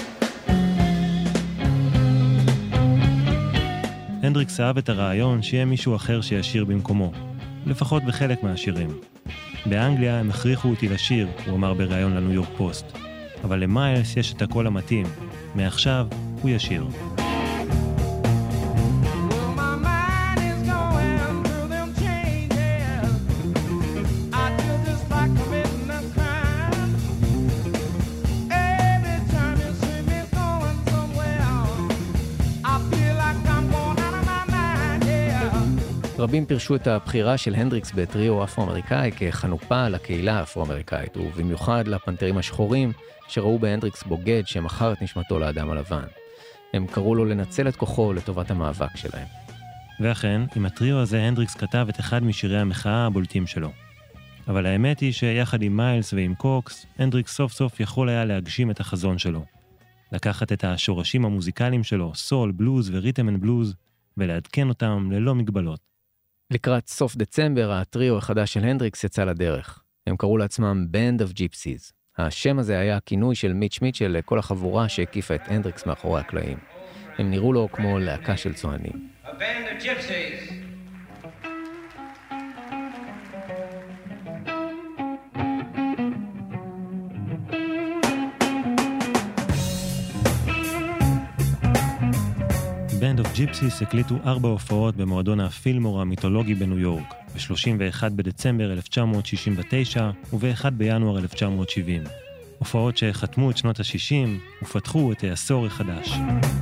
Speaker 4: הנדריקס אהב את הרעיון שיהיה מישהו אחר שישיר במקומו, לפחות בחלק מהשירים. באנגליה הם הכריחו אותי לשיר, הוא אמר בראיון לניו יורק פוסט. אבל למיילס יש את הקול המתאים. מעכשיו הוא ישיר.
Speaker 3: רבים פירשו את הבחירה של הנדריקס בטריו אפרו-אמריקאי כחנופה לקהילה האפרו-אמריקאית, ובמיוחד לפנתרים השחורים שראו בהנדריקס בוגד שמכר את נשמתו לאדם הלבן. הם קראו לו לנצל את כוחו לטובת המאבק שלהם.
Speaker 4: ואכן, עם הטריו הזה הנדריקס כתב את אחד משירי המחאה הבולטים שלו. אבל האמת היא שיחד עם מיילס ועם קוקס, הנדריקס סוף סוף יכול היה להגשים את החזון שלו. לקחת את השורשים המוזיקליים שלו, סול, בלוז וריתם אנד בלוז, ולעדכן אותם ללא מגבלות.
Speaker 3: לקראת סוף דצמבר, הטריו החדש של הנדריקס יצא לדרך. הם קראו לעצמם Band of Gypsies. השם הזה היה כינוי של מיץ' מיטשל לכל החבורה שהקיפה את הנדריקס מאחורי הקלעים. הם נראו לו כמו להקה של צוענים.
Speaker 10: A band of gypsies.
Speaker 4: Band of Gypsies הקליטו ארבע הופעות במועדון הפילמור המיתולוגי בניו יורק, ב-שלושים ואחד בדצמבר אלף תשע מאות שישים ותשע וב-אחד בינואר אלף תשע מאות שבעים. הופעות שחתמו את שנות ה-שישים ופתחו את העשור החדש.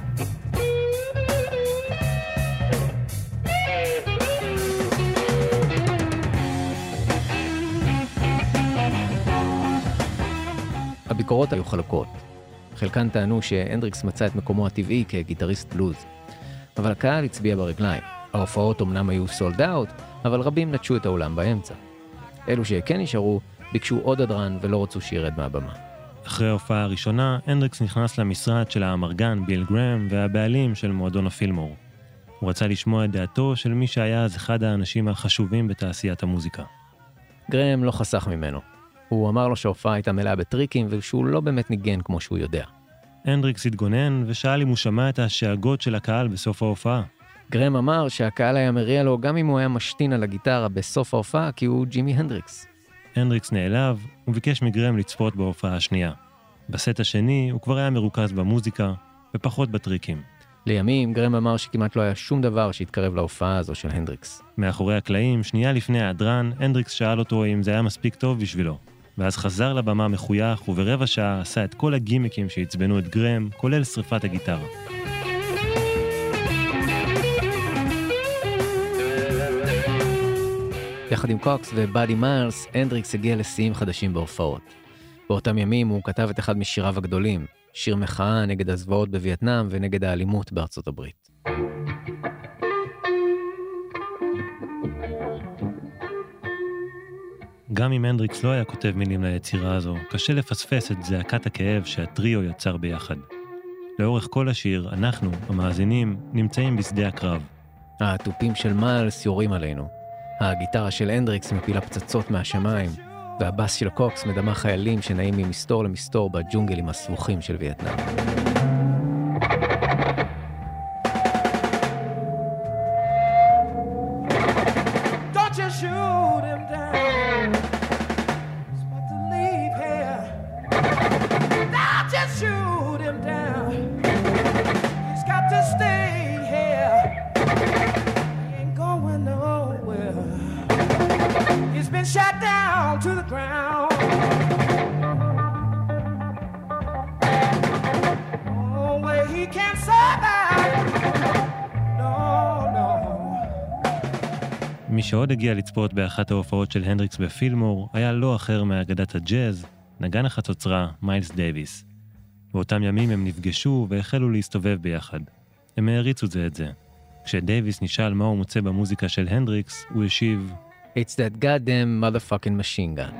Speaker 3: הביקורות היו חלקות. חלקן טענו שהנדריקס מצא את מקומו הטבעי כגיטריסט בלוז. אבל הקהל הצביע ברגליים. ההופעות אמנם היו סולד אאוט, אבל רבים נטשו את האולם באמצע. אלו שכן נשארו, ביקשו עוד הדרן ולא רצו שירד מהבמה.
Speaker 4: אחרי ההופעה הראשונה, הנדריקס נכנס למשרד של האמרגן ביל גרם והבעלים של מועדון הפילמור. הוא רצה לשמוע את דעתו של מי שהיה אז אחד האנשים החשובים בתעשיית המוזיקה.
Speaker 3: גרם לא חסך ממנו. הוא אמר לו שההופעה הייתה מלאה בטריקים ושהוא לא באמת ניגן כמו שהוא יודע.
Speaker 4: הנדריקס התגונן ושאל אם הוא שמע את השאגות של הקהל בסוף ההופעה.
Speaker 3: גרם אמר שהקהל היה מריע לו גם אם הוא היה משתין על הגיטרה בסוף ההופעה כי הוא ג'ימי הנדריקס.
Speaker 4: הנדריקס נעלב וביקש מגרם לצפות בהופעה השנייה. בסט השני הוא כבר היה מרוכז במוזיקה ופחות בטריקים.
Speaker 3: לימים גרם אמר שכמעט לא היה שום דבר שהתקרב להופעה הזו של הנדריקס.
Speaker 4: מאחורי הקלעים, שנייה לפני ההדרן, הנדריקס שאל אותו אם זה היה מספיק טוב בשבילו. ואז חזר לבמה מחוייך וברבע שעה עשה את כל הגימיקים שהצבנו את גרם, כולל שריפת הגיטרה.
Speaker 3: יחד עם קוקס ובאדי מיילס, הנדריקס הגיע לשיאים חדשים בהופעות. באותם ימים הוא כתב את אחד משיריו הגדולים, שיר מחאה נגד הזוועות בווייטנאם ונגד האלימות בארצות הברית.
Speaker 4: גם אם הנדריקס לא היה כותב מילים ליצירה הזו, קשה לפספס את זעקת הכאב שהטריו יצר ביחד. לאורך כל השיר, אנחנו, המאזינים, נמצאים בשדה הקרב.
Speaker 3: הטופים של מיילס יורים עלינו. הגיטרה של הנדריקס מפילה פצצות מהשמיים, והבאס של קוקס מדמה חיילים שנעים ממסתור למסתור בג'ונגלים הסבוכים של וייטנאם.
Speaker 5: Don't you shoot him down. He's about to leave here. Don't you shoot him down. He's got to stay here. He ain't going nowhere. He's been shot down to the ground. No way he can survive. No, no.
Speaker 4: מי שעוד הגיע לצפות באחת ההופעות של הנדריקס בפילמור היה לא אחר מאגדת הג'אז, נגן החצוצרה מיילס דייוויס. באותם ימים הם נפגשו והחלו להסתובב ביחד. הם העריצו זה את זה. כשדייוויס נשאל מה הוא מוצא במוזיקה של הנדריקס, הוא השיב,
Speaker 3: It's that goddamn motherfucking machine gun.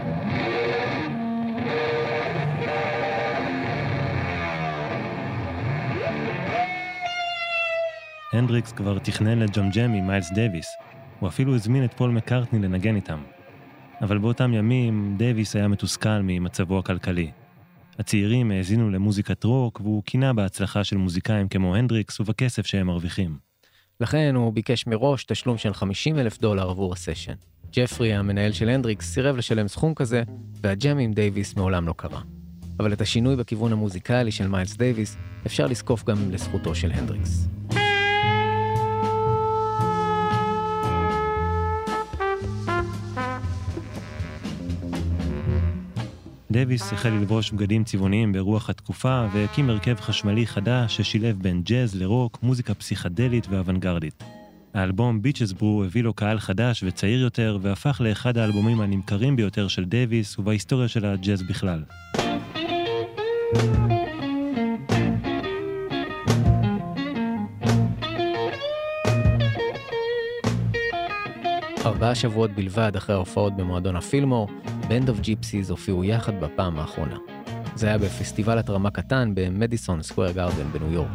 Speaker 4: הנדריקס כבר תכנן לג'מג'ם עם מיילס דייוויס. הוא אפילו הזמין את פול מקארטני לנגן איתם. אבל באותם ימים דייוויס היה מתוסכל ממצבו הכלכלי. הצעירים האזינו למוזיקת רוק והוא קינה בהצלחה של מוזיקאים כמו הנדריקס ובכסף שהם מרוויחים.
Speaker 3: לכן הוא ביקש מראש תשלום של חמישים אלף דולר עבור הסשן. ג'פרי, המנהל של הנדריקס, סירב לשלם סכום כזה, והג'ם עם דייוויס מעולם לא קרה. אבל את השינוי בכיוון המוזיקלי של מיילס דייוויס אפשר לזקוף גם לזכותו של הנדריקס.
Speaker 4: דייוויס החל ללבוש בגדים צבעוניים ברוח התקופה והקים הרכב חשמלי חדש ששילב בין ג'אז לרוק, מוזיקה פסיכדלית ואוונגרדית. האלבום ביצ'ס ברו הביא לו קהל חדש וצעיר יותר והפך לאחד האלבומים הנמכרים ביותר של דייוויס ובהיסטוריה של הג'אז בכלל.
Speaker 3: ארבעה שבועות בלבד אחרי ההופעות במועדון הפילמור, בנד אוף ג'יפסיז הופיעו יחד בפעם האחרונה. זה היה בפסטיבל התרמה קטן במדיסון סקוואר גארדן בניו יורק.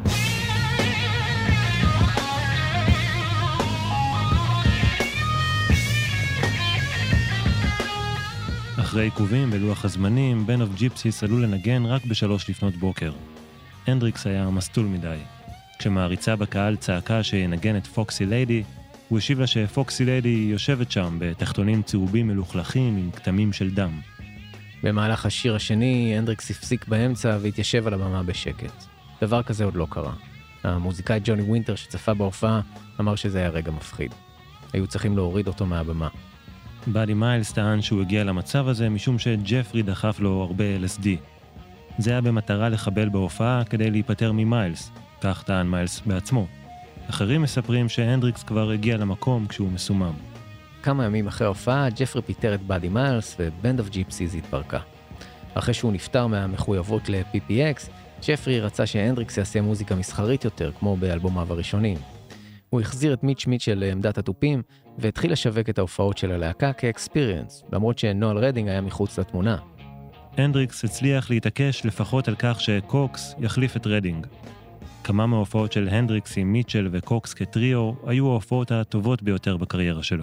Speaker 4: אחרי עיכובים בלוח הזמנים, בנד אוף ג'יפסיס עלו לנגן רק בשלוש לפנות בוקר. הנדריקס היה מסטול מדי. כשמעריצה בקהל צעקה שינגן את פוקסי ליידי, הוא השיב לה שפוקסי ליידי יושבת שם בתחתונים צהובים מלוכלכים עם כתמים של דם.
Speaker 3: במהלך השיר השני, הנדריקס הפסיק באמצע והתיישב על הבמה בשקט. דבר כזה עוד לא קרה. המוזיקאי ג'וני ווינטר שצפה בהופעה אמר שזה היה רגע מפחיד. היו צריכים להוריד אותו מהבמה.
Speaker 4: באדי מיילס טען שהוא הגיע למצב הזה משום שג'פרי דחף לו הרבה אל אס די. זה היה במטרה לחבל בהופעה כדי להיפטר ממיילס, כך טען מיילס בעצמו. אחרים מספרים שהנדריקס כבר הגיע למקום כשהוא מסומם.
Speaker 3: כמה ימים אחרי ההופעה, ג'פרי פיטר את באדי מיילס ובנד אוף ג'יפסיז התפרקה. אחרי שהוא נפטר מהמחויבות ל-פי פי אקס, ג'פרי רצה שהנדריקס יעשה מוזיקה מסחרית יותר, כמו באלבומיו הראשונים. הוא החזיר את מיץ' מיטשל לעמדת התופים, והתחיל לשווק את ההופעות של הלהקה כאקספיריאנס, למרות שנואל רדינג היה מחוץ לתמונה.
Speaker 4: הנדריקס הצליח להתעקש לפחות על כך שקוקס יחליף את רדינג. כמה מההופעות של הנדריקס עם מיטשל וקוקס כטריו היו ההופעות הטובות ביותר בקריירה שלו.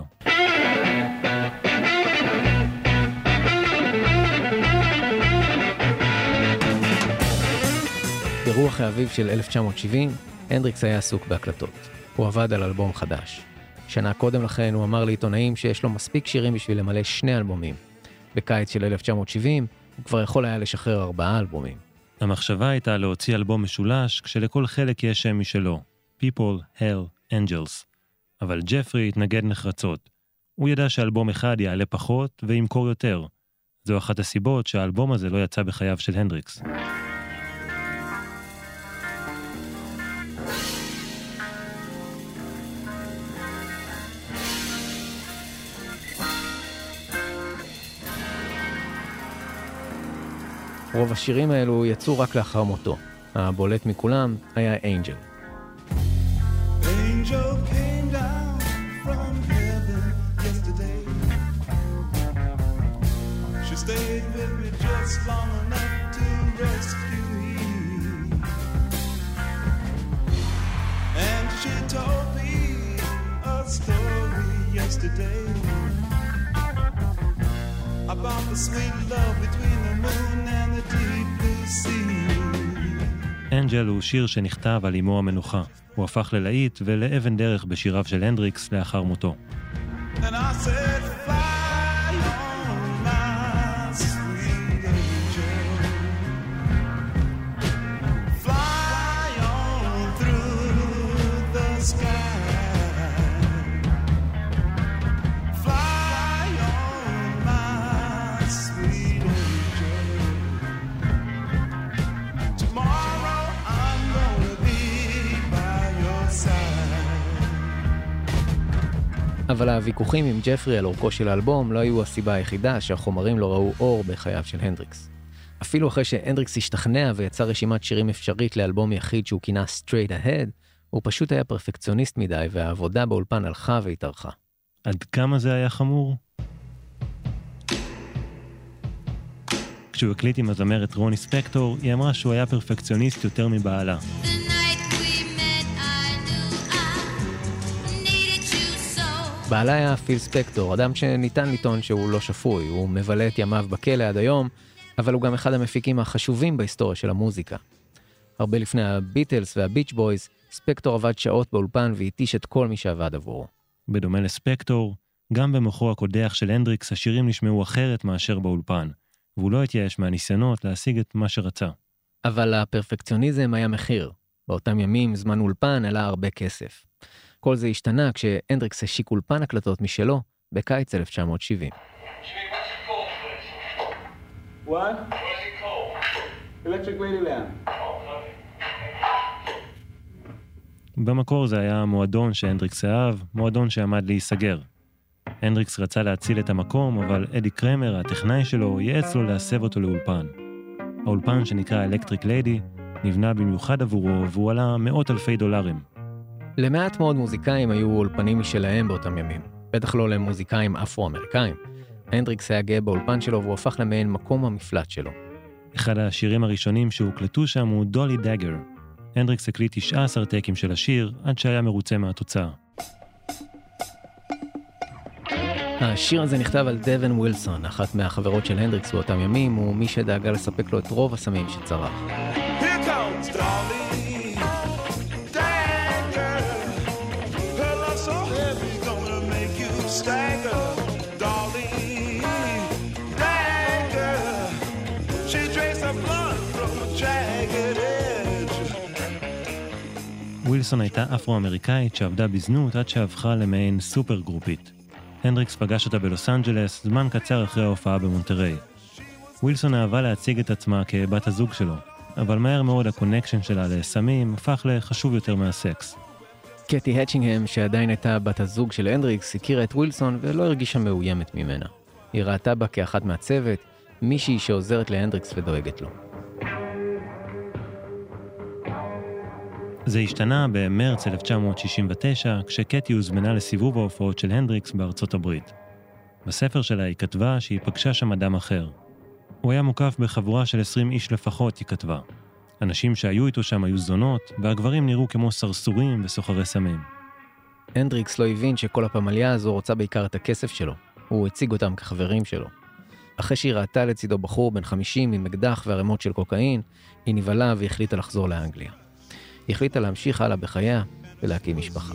Speaker 3: ברוח האביב של אלף תשע מאות שבעים, הנדריקס היה עסוק בהקלטות. הוא עבד על אלבום חדש. שנה קודם לכן הוא אמר לעיתונאים שיש לו מספיק שירים בשביל למלא שני אלבומים. בקיץ של אלף תשע מאות שבעים הוא כבר יכול היה לשחרר ארבעה אלבומים.
Speaker 4: המחשבה הייתה להוציא אלבום משולש כשלכל חלק יש שם משלו, People, Hell, Angels. אבל ג'פרי התנגד נחרצות. הוא ידע שאלבום אחד יעלה פחות וימכור יותר. זו אחת הסיבות שהאלבום הזה לא יצא בחייו של הנדריקס.
Speaker 3: רוב השירים האלו יצאו רק לאחר מותו. הבולט מכולם היה אנג'ל.
Speaker 5: Angel came down from heaven yesterday. She stayed with me just long enough to rescue me. And she told me a story yesterday about the sweet love between the moon and the deep blue sea.
Speaker 4: אנג'ל הוא שיר שנכתב על אימו המנוחה. הוא הפך ללהיט ולאבן דרך בשיריו של הנדריקס לאחר מותו.
Speaker 5: And I said, fly on my sweet angel. Fly on through the sky. Fly on my sweet angel. Tomorrow I'm gonna be by your side.
Speaker 3: אבל הוויכוחים עם ג'פרי על אורכו של האלבום לא היו הסיבה היחידה שהחומרים לא ראו אור בחייו של הנדריקס. אפילו אחרי שהנדריקס השתכנע ויצא רשימת שירים אפשרית לאלבום יחיד שהוא כינה Straight Ahead, הוא פשוט היה פרפקציוניסט מדי והעבודה באולפן הלכה והתארכה.
Speaker 4: עד כמה זה היה חמור? כשהוא הקליט עם הזמרת רוני ספקטור, היא אמרה שהוא היה פרפקציוניסט יותר מבעלה.
Speaker 3: בעלה היה פיל ספקטור, אדם שניתן לטעון שהוא לא שפוי, הוא מבלה את ימיו בכלא עד היום, אבל הוא גם אחד המפיקים החשובים בהיסטוריה של המוזיקה. הרבה לפני הביטלס והביץ' בויז, ספקטור עבד שעות באולפן והתיש את כל מי שעבד עבורו.
Speaker 4: בדומה לספקטור, גם במוחו הקודח של הנדריקס השירים נשמעו אחרת מאשר באולפן, והוא לא התייאש מהניסיונות להשיג את מה שרצה.
Speaker 3: אבל הפרפקציוניזם היה מחיר. באותם ימים זמן אולפן עלה הרבה כסף. כל זה השתנה כשהנדריקס השיק אולפן הקלטות משלו בקיץ אלף תשע מאות שבעים.
Speaker 7: What? Electric Radio Land.
Speaker 4: במקור זה היה מועדון שהנדריקס אהב, מועדון שעמד להיסגר. הנדריקס רצה להציל את המקום, אבל אדי קרמר, הטכנאי שלו, ייעץ לו להסב אותו לאולפן. האולפן שנקרא אלקטריק ליידי נבנה במיוחד עבורו, והוא עלה מאות אלפי דולרים.
Speaker 3: למעט מאוד מוזיקאים היו אולפנים משלהם באותם ימים. בטח לא למוזיקאים אפרו-אמריקאים. הנדריקס היה גאה באולפן שלו והוא הפך למעין מקום המפלט שלו.
Speaker 4: אחד השירים הראשונים שהוקלטו שם הוא דולי דאגר. הנדריקס הקליט תשעה עשר טייקים של השיר עד שהיה מרוצה מהתוצאה.
Speaker 3: השיר הזה נכתב על דבן ווילסון, אחת מהחברות של הנדריקס באותם ימים, ומי שדאגה לספק לו את רוב הסמים שצרך.
Speaker 4: ווילסון הייתה אפרו-אמריקאית שעבדה בזנות עד שהפכה למעין סופר גרופית. הנדריקס פגש אותה בלוס אנג'לס זמן קצר אחרי ההופעה במונטריי. ווילסון אהבה להציג את עצמה כבת הזוג שלו, אבל מהר מאוד הקונקשן שלה לסמים הפך לחשוב יותר מהסקס.
Speaker 3: קטי הצ'ינגהם, שעדיין הייתה בת הזוג של הנדריקס, הכירה את ווילסון ולא הרגישה מאוימת ממנה. היא ראתה בה כאחת מהצוות, מישהי שעוזרת להנדריקס ודואגת לו.
Speaker 4: זה השתנה במרץ אלף תשע מאות שישים ותשע, כשקטי הוזמנה לסיבוב ההופעות של הנדריקס בארצות הברית. בספר שלה היא כתבה שהיא פגשה שם אדם אחר. הוא היה מוקף בחבורה של עשרים איש לפחות, היא כתבה. אנשים שהיו איתו שם היו זונות, והגברים נראו כמו סרסורים וסוחרי סמים.
Speaker 3: הנדריקס לא הבין שכל הפמליה הזו רוצה בעיקר את הכסף שלו. הוא הציג אותם כחברים שלו. אחרי שהיא ראתה לצידו בחור בן חמישים עם אקדח וערימות של קוקאין, היא נבהלה והחליטה לחזור לאנגליה. היא החליטה להמשיך הלאה בחייה ולהקים משפחה.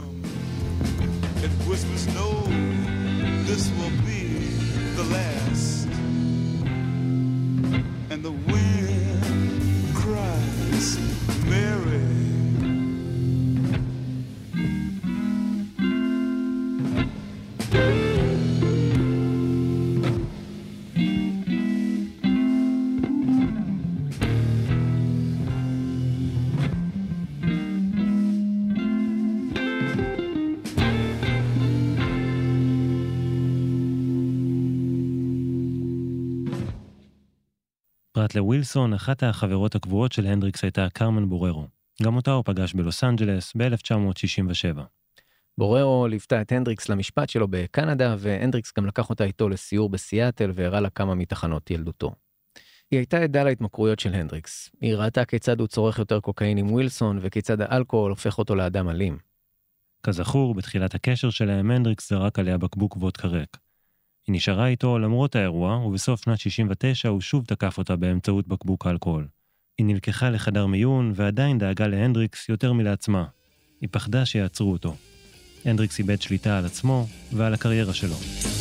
Speaker 4: פרט לווילסון, אחת החברות הקבועות של הנדריקס הייתה קרמן בוררו. גם אותה הוא פגש בלוס אנג'לס ב-אלף תשע מאות שישים ושבע.
Speaker 3: בוררו ליוותה את הנדריקס למשפט שלו בקנדה, והנדריקס גם לקח אותה איתו לסיור בסיאטל והראה לה כמה מתחנות ילדותו. היא הייתה עדה להתמכרויות של הנדריקס. היא ראתה כיצד הוא צורך יותר קוקאין עם ווילסון, וכיצד האלכוהול הופך אותו לאדם אלים.
Speaker 4: כזכור, בתחילת הקשר שלהם הנדריקס זרק עליה בקבוק וודקה ריק. היא נשארה איתו למרות האירוע, ובסוף שנת שישים ותשע הוא שוב תקף אותה באמצעות בקבוק האלכוהול. היא נלקחה לחדר מיון ועדיין דאגה להנדריקס יותר מלעצמה. היא פחדה שיעצרו אותו. הנדריקס איבד שליטה על עצמו ועל הקריירה שלו.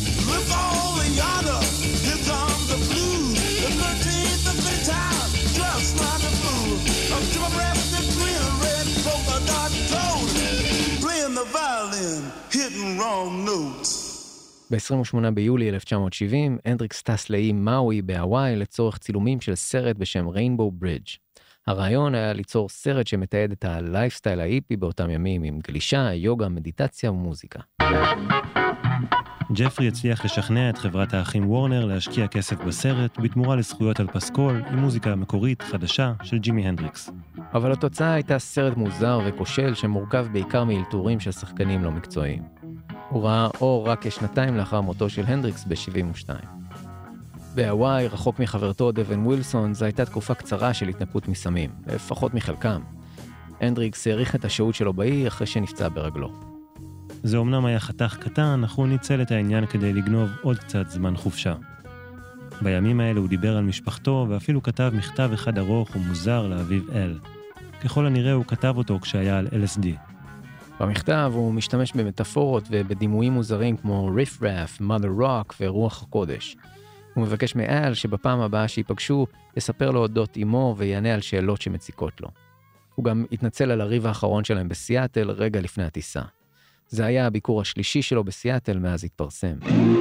Speaker 3: ב-עשרים ושמונה ביולי אלף תשע מאות שבעים, הנדריקס טס לאי מאוי בהוואי לצורך צילומים של סרט בשם ריינבו ברידג'. הרעיון היה ליצור סרט שמתעד את הלייפסטייל ההיפי באותם ימים עם גלישה, יוגה, מדיטציה ומוזיקה.
Speaker 4: ג'פרי הצליח לשכנע את חברת האחים וורנר להשקיע כסף בסרט בתמורה לזכויות על פסקול עם מוזיקה מקורית חדשה של ג'ימי הנדריקס.
Speaker 3: אבל התוצאה הייתה סרט מוזר וכושל שמורכב בעיקר מאלתורים של שחקנים לא מקצועיים. הוא ראה אור רק כשנתיים לאחר מותו של הנדריקס ב-שבעים ושתיים. בהוואי, רחוק מחברתו דבן ווילסון, זו הייתה תקופה קצרה של התנקות מסמים, לפחות מחלקם. הנדריקס העריך את השהות שלו באי אחרי שנפצע ברגלו.
Speaker 4: זה אומנם היה חתך קטן, אך הוא ניצל את העניין כדי לגנוב עוד קצת זמן חופשה. בימים האלה הוא דיבר על משפחתו, ואפילו כתב מכתב אחד ארוך ומוזר לאביו אל. ככל הנראה הוא כתב אותו כשהיה על אל אס די.
Speaker 3: במכתב הוא משתמש במטאפורות ובדימויים מוזרים כמו ריף רף, מother rock ורוח הקודש. הוא מבקש מאל שבפעם הבאה שיפגשו יספר לו אודות אמו ויענה על שאלות שמציקות לו. הוא גם התנצל על הריב האחרון שלהם בסיאטל רגע לפני הטיסה. זה היה הביקור השלישי שלו בסיאטל מאז התפרסם.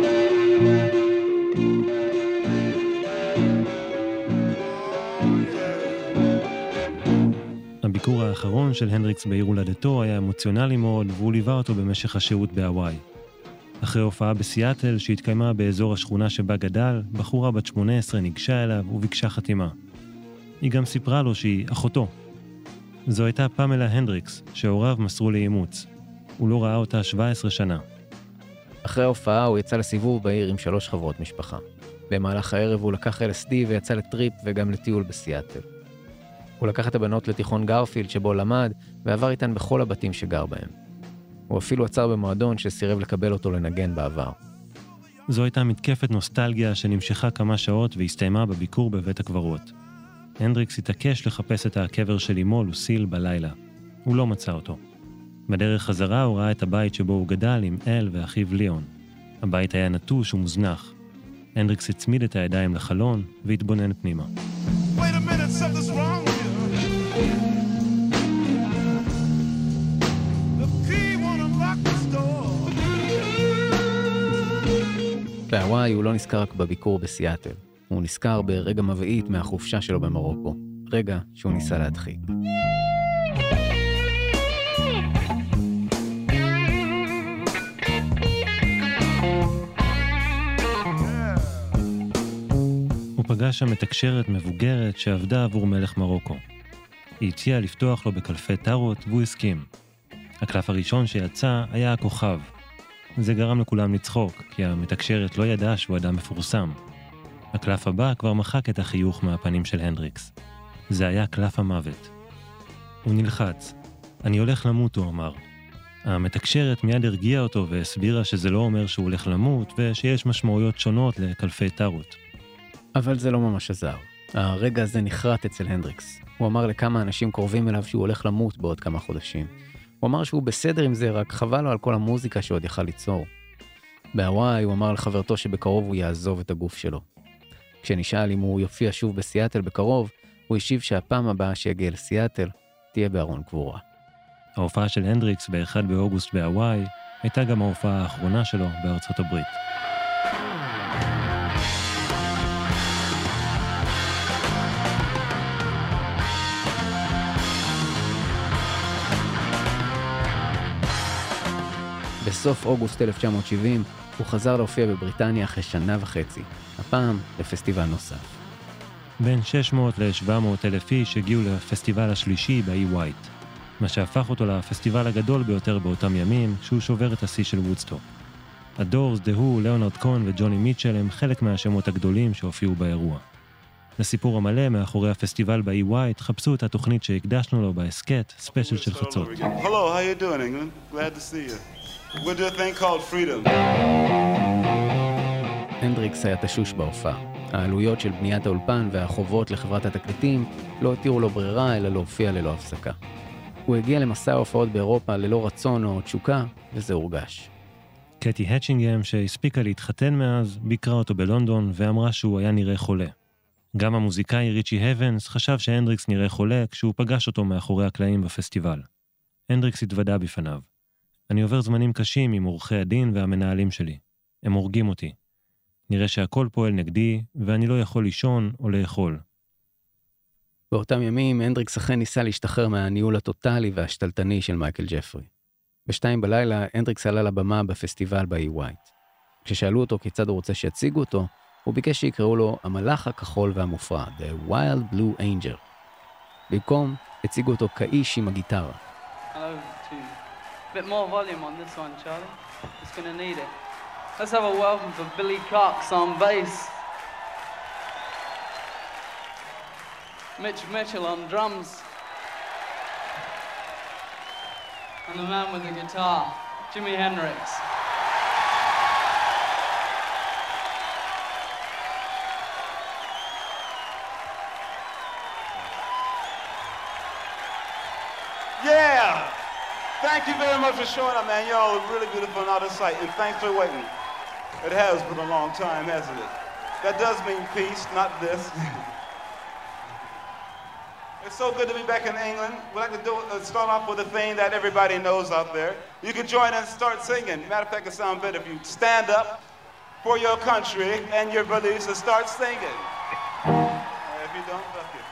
Speaker 4: הביקור האחרון של הנדריקס בעיר הולדתו היה אמוציונלי מאוד, והוא ליווה אותו במשך השהות בהוואי. אחרי הופעה בסיאטל שהתקיימה באזור השכונה שבה גדל, בחורה בת שמונה עשרה ניגשה אליו וביקשה חתימה. היא גם סיפרה לו שהיא אחותו. זו הייתה פמלה הנדריקס, שהוריו מסרו לאימוץ. הוא לא ראה אותה שבע עשרה שנה.
Speaker 3: אחרי ההופעה הוא יצא לסיבוב בעיר עם שלוש חברות משפחה. במהלך הערב הוא לקח אל אס די ויצא לטריפ וגם לטיול בסיאטל. הוא לקח את הבנות לתיכון גרפילד שבו למד ועבר איתן בכל הבתים שגר בהם. הוא אפילו עצר במועדון שסירב לקבל אותו לנגן בעבר.
Speaker 4: זו הייתה מתקפת נוסטלגיה שנמשכה כמה שעות והסתיימה בביקור בבית הקברות. הנדריקס התעקש לחפש את הקבר של אמו לוסיל בלילה. הוא לא מצא אותו. בדרך חזרה הוא ראה את הבית שבו הוא גדל עם אל ואחיו ליאון. הבית היה נטוש ומוזנח. הנדריקס הצמיד את הידיים לחלון והתבונן פנימה.
Speaker 5: Wait a minute, something's wrong here. The key won't unlock this door.
Speaker 3: בהוואי הוא לא נזכר רק בביקור בסיאטל. הוא נזכר ברגע מבעית מהחופשה שלו במרוקו. רגע שהוא ניסה להדחיק.
Speaker 4: הוא פגש שם מתקשרת מבוגרת שעבדה עבור מלך מרוקו. היא הציעה לפתוח לו בקלפי טארוט והוא הסכים. הקלף הראשון שיצא היה הכוכב. זה גרם לכולם לצחוק, כי המתקשרת לא ידעה שהוא אדם מפורסם. הקלף הבא כבר מחק את החיוך מהפנים של הנדריקס. זה היה קלף המוות. הוא נלחץ. אני הולך למות, הוא אמר. המתקשרת מיד הרגיעה אותו והסבירה שזה לא אומר שהוא הולך למות ושיש משמעויות שונות לקלפי טארוט.
Speaker 3: אבל זה לא ממש עזר. הרגע הזה נחרט אצל הנדריקס. הוא אמר לכמה אנשים קרובים אליו שהוא הולך למות בעוד כמה חודשים. הוא אמר שהוא בסדר עם זה, רק חבל לו על כל המוזיקה שעוד יכל ליצור. בהוואי הוא אמר לחברתו שבקרוב הוא יעזוב את הגוף שלו. כשנשאל אם הוא יופיע שוב בסיאטל בקרוב, הוא השיב שהפעם הבאה שיגיע לסיאטל תהיה בארון קבורה.
Speaker 4: ההופעה של הנדריקס ב-אחד באוגוסט בהוואי הייתה גם ההופעה האחרונה שלו בארצות הברית.
Speaker 3: בסוף אוגוסט אלף תשע מאות שבעים הוא חזר להופיע בבריטניה אחרי שנה וחצי, הפעם לפסטיבל נוסף.
Speaker 4: בין שש מאות ל-שבע מאות אלף איש הגיעו לפסטיבל השלישי באי ווייט, מה שהפך אותו לפסטיבל הגדול ביותר באותם ימים, שהוא שובר את השיא של וודסטוק. הדורס, דהו, ליאונרד קוהן וג'וני מיטשל הם חלק מהשמות הגדולים שהופיעו באירוע. לסיפור המלא מאחורי הפסטיבל באי ווייט, חפשו את התוכנית שהקדשנו לו בהסקט, ספיישל של חצות.
Speaker 2: Hello, how you doing, England? Glad to see you. We'll do a thing called freedom.
Speaker 3: הנדריקס היה תשוש בהופעה. העלויות של בניית האולפן והחובות לחברת התקליטים לא התירו לו ברירה אלא להופיע ללא הפסקה. הוא הגיע למסע ההופעות באירופה ללא רצון או תשוקה, וזה הורגש.
Speaker 4: קטי הצ'ינגהם, שהספיקה להתחתן מאז, ביקרה אותו בלונדון ואמרה שהוא היה נראה חולה. גם המוזיקאי ריצ'י הבנס חשב שהנדריקס נראה חולה כשהוא פגש אותו מאחורי הקלעים בפסטיבל. הנדריקס התוודע בפניו. אני עובר זמנים קשים עם עורכי הדין והמנהלים שלי. הם הורגים אותי. נראה שהכל פועל נגדי, ואני לא יכול לישון או לאכול.
Speaker 3: באותם ימים, הנדריקס אכן ניסה להשתחרר מהניהול הטוטלי והשתלטני של מייקל ג'פרי. בשתיים בלילה, הנדריקס עלה לבמה בפסטיבל באי ווייט. כששאלו אותו כיצד הוא רוצה שיציגו אותו, הוא ביקש שיקראו לו המלאך הכחול והמופרע, The Wild Blue Angel. במקום, הציגו אותו כאיש עם הגיטרה.
Speaker 10: A bit more volume on this one, Charlie. It's gonna need it. Let's have a welcome for Billy Cox on bass. Mitch Mitchell on drums. And the man with the guitar, Jimi Hendrix.
Speaker 2: Yeah! Thank you very much for showing up, man. Y'all are really beautiful and out of sight. And thanks for waiting. It has been a long time, hasn't it? That does mean peace, not this. It's so good to be back in England. We'd like to do, uh, start off with a thing that everybody knows out there. You can join and start singing. Matter of fact, it sounds better if you stand up for your country and your beliefs and start singing. Uh, if you don't, fuck you.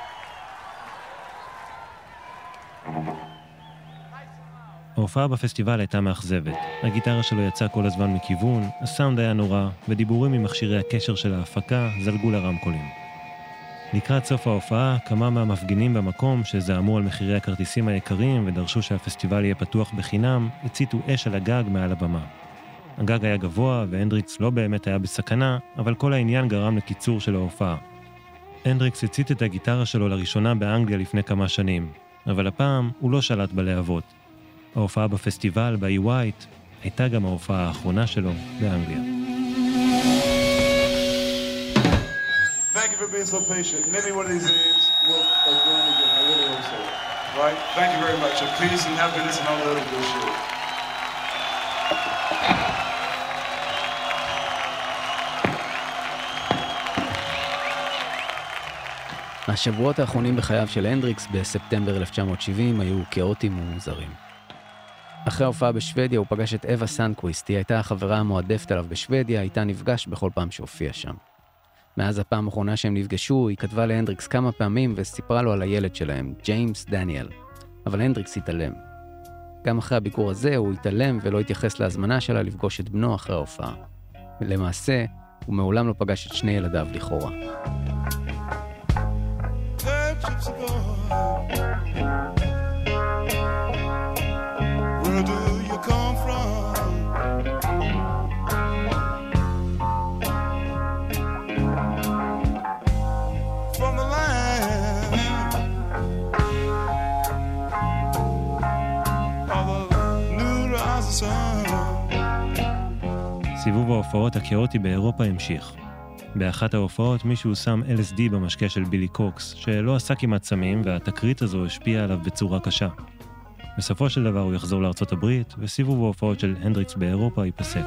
Speaker 4: ההופעה בפסטיבל הייתה מאכזבת. הגיטרה שלו יצאה כל הזמן מכיוון, הסאונד היה נורא, ודיבורים ממכשירי הקשר של ההפקה זלגו לרמקולים. לקראת סוף ההופעה, כמה מהמפגינים במקום שזעמו על מחירי הכרטיסים היקרים ודרשו שהפסטיבל יהיה פתוח בחינם, הציתו אש על הגג מעל הבמה. הגג היה גבוה והנדריקס לא באמת היה בסכנה, אבל כל העניין גרם לקיצור של ההופעה. הנדריקס הצית את הגיטרה שלו לראשונה באנגליה לפני כמה שנים, אבל הפעם הוא לא שלט בלהבות. ההופעה בפסטיבל, באי ווייט, הייתה גם ההופעה האחרונה שלו באנגליה.
Speaker 2: Thank you for being so patient. Maybe one of these days we'll join again. I really hope so. Right? Thank you very much. So peace and happiness and all that other good shit.
Speaker 3: השבועות האחרונים בחייו של הנדריקס בספטמבר אלף תשע מאות שבעים היו כאוטיים ומוזרים. אחרי ההופעה בשוודיה הוא פגש את אווה סנקוויסט, היא הייתה החברה המועדפת עליו בשוודיה, הייתה נפגש בכל פעם שהופיע שם. מאז הפעם האחרונה שהם נפגשו, היא כתבה להנדריקס כמה פעמים וסיפרה לו על הילד שלהם, ג'יימס דניאל. אבל הנדריקס התעלם. גם אחרי הביקור הזה הוא התעלם ולא התייחס להזמנה שלה לפגוש את בנו אחרי ההופעה. ולמעשה, הוא מעולם לא פגש את שני ילדיו לכאורה.
Speaker 5: Where do you come from? From the land of the new rising sun.
Speaker 4: סיבוב ההופעות הכאוטי באירופה המשיך. באחת ההופעות מישהו שם אל אס די במשקה של בילי קוקס, שלא עשה כמעט סמים, והתקרית הזו השפיעה עליו בצורה קשה. בסופו של דבר הוא יחזור לארצות הברית, וסיבוב ההופעות של הנדריקס באירופה ייפסק.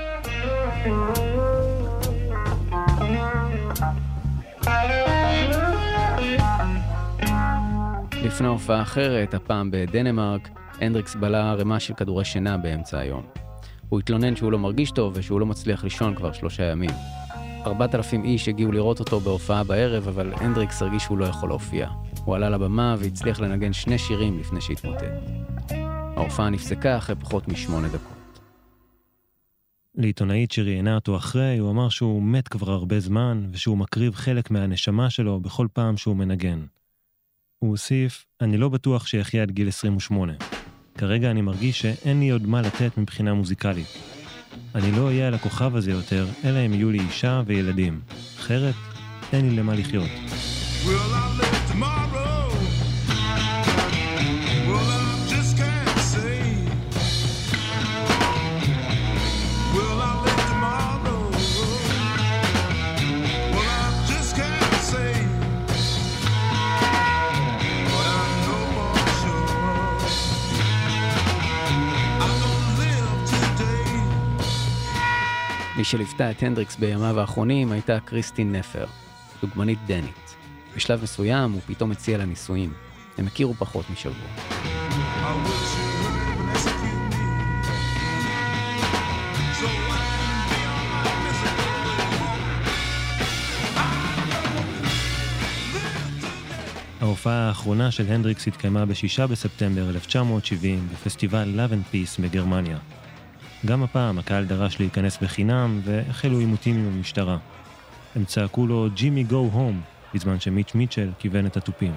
Speaker 3: לפני הופעה אחרת, הפעם בדנמרק, הנדריקס בלה רמה של כדורי שינה באמצע היום. הוא התלונן שהוא לא מרגיש טוב ושהוא לא מצליח לישון כבר שלושה ימים. ארבעת אלפים איש הגיעו לראות אותו בהופעה בערב, אבל הנדריקס הרגיש שהוא לא יכול להופיע. הוא עלה לבמה והצליח לנגן שני שירים לפני שהתמוטט. ההופעה נפסקה אחרי פחות משמונה דקות.
Speaker 4: לעיתונאית שראיינה אותו אחרי, הוא אמר שהוא מת כבר הרבה זמן, ושהוא מקריב חלק מהנשמה שלו בכל פעם שהוא מנגן. הוא הוסיף, אני לא בטוח שיחיה עד גיל עשרים ושמונה. כרגע אני מרגיש שאין לי עוד מה לתת מבחינה מוזיקלית. אני לא אהיה על הכוכב הזה יותר, אלא אם יהיו לי אישה וילדים. אחרת, אין לי למה לחיות.
Speaker 5: Will I live tomorrow? Well, I just can't say. Will I live tomorrow? Well, I just can't say. But I know for sure I'm gonna live today.
Speaker 3: מי שליוותה את הנדריקס בימיו האחרונים הייתה קריסטין נפר, דוגמנית דנית. בשלב מסוים הוא פתאום הציע לה נישואים. הם הכירו פחות משבוע.
Speaker 4: ההופעה האחרונה של הנדריקס התקיימה בשישה בספטמבר אלף תשע מאות שבעים בפסטיבל Love and Peace בגרמניה. גם הפעם הקהל דרש להיכנס בחינם והחלו עימותים עם המשטרה. הם צעקו לו ג'ימי גו הום, בזמן שמיץ' מיטשל כיוון את הטופים.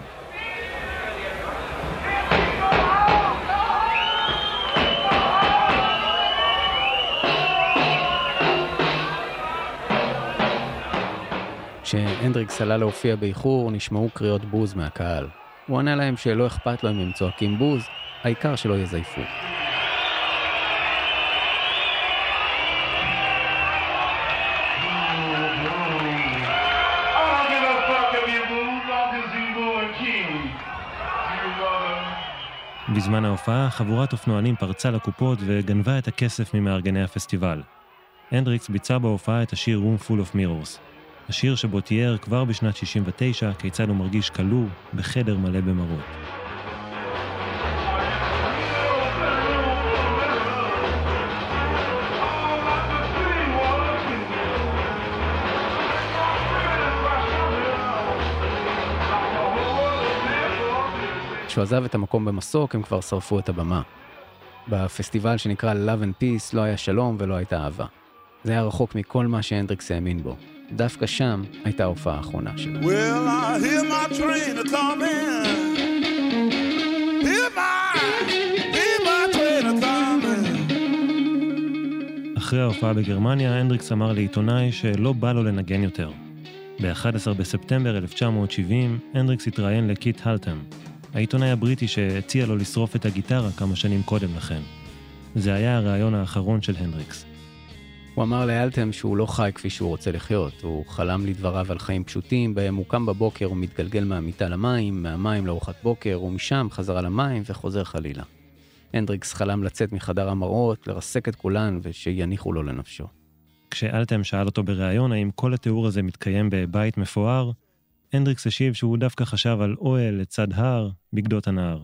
Speaker 3: כשהנדריקס עלה להופיע באיחור, נשמעו קריאות בוז מהקהל. הוא ענה להם שלא אכפת לו אם הם צועקים בוז, העיקר שלא יזייפו.
Speaker 4: בזמן ההופעה, חבורת אופנוענים פרצה לקופות וגנבה את הכסף ממארגני הפסטיבל. הנדריקס ביצע בהופעה את השיר Room Full of Mirrors, השיר שבו תיאר כבר בשנת שישים ותשע כיצד הוא מרגיש כלוא בחדר מלא במראות.
Speaker 3: כשהוא עזב את המקום במסוק, הם כבר שרפו את הבמה. בפסטיבל שנקרא Love and Peace לא היה שלום ולא הייתה אהבה. זה היה רחוק מכל מה שהנדריקס האמין בו. דווקא שם הייתה ההופעה האחרונה שלו.
Speaker 5: Well, I hear my train a-coming. Hear my, hear my train a-coming.
Speaker 4: אחרי ההופעה בגרמניה, הנדריקס אמר לעיתונאי שלא בא לו לנגן יותר. ב-אחד עשר בספטמבר אלף תשע מאות שבעים, הנדריקס התראיין לקית' הלטם, העיתונאי הבריטי שהציע לו לשרוף את הגיטרה כמה שנים קודם לכן. זה היה הרעיון האחרון של הנדריקס.
Speaker 3: הוא אמר להלטם שהוא לא חי כפי שהוא רוצה לחיות. הוא חלם לדבריו על חיים פשוטים, בהם הוא קם בבוקר ומתגלגל מהמיטה למים, מהמים לארוחת בוקר, ומשם חזרה למים וחוזר חלילה. הנדריקס חלם לצאת מחדר המראות, לרסק את כולן ושיניחו לו לנפשו.
Speaker 4: כשאלטם שאל אותו בריאיון האם כל התיאור הזה מתקיים בבית מפואר, הנדריקס השיב שהוא דווקא חשב על אוהל לצד הר בגדות הנהר.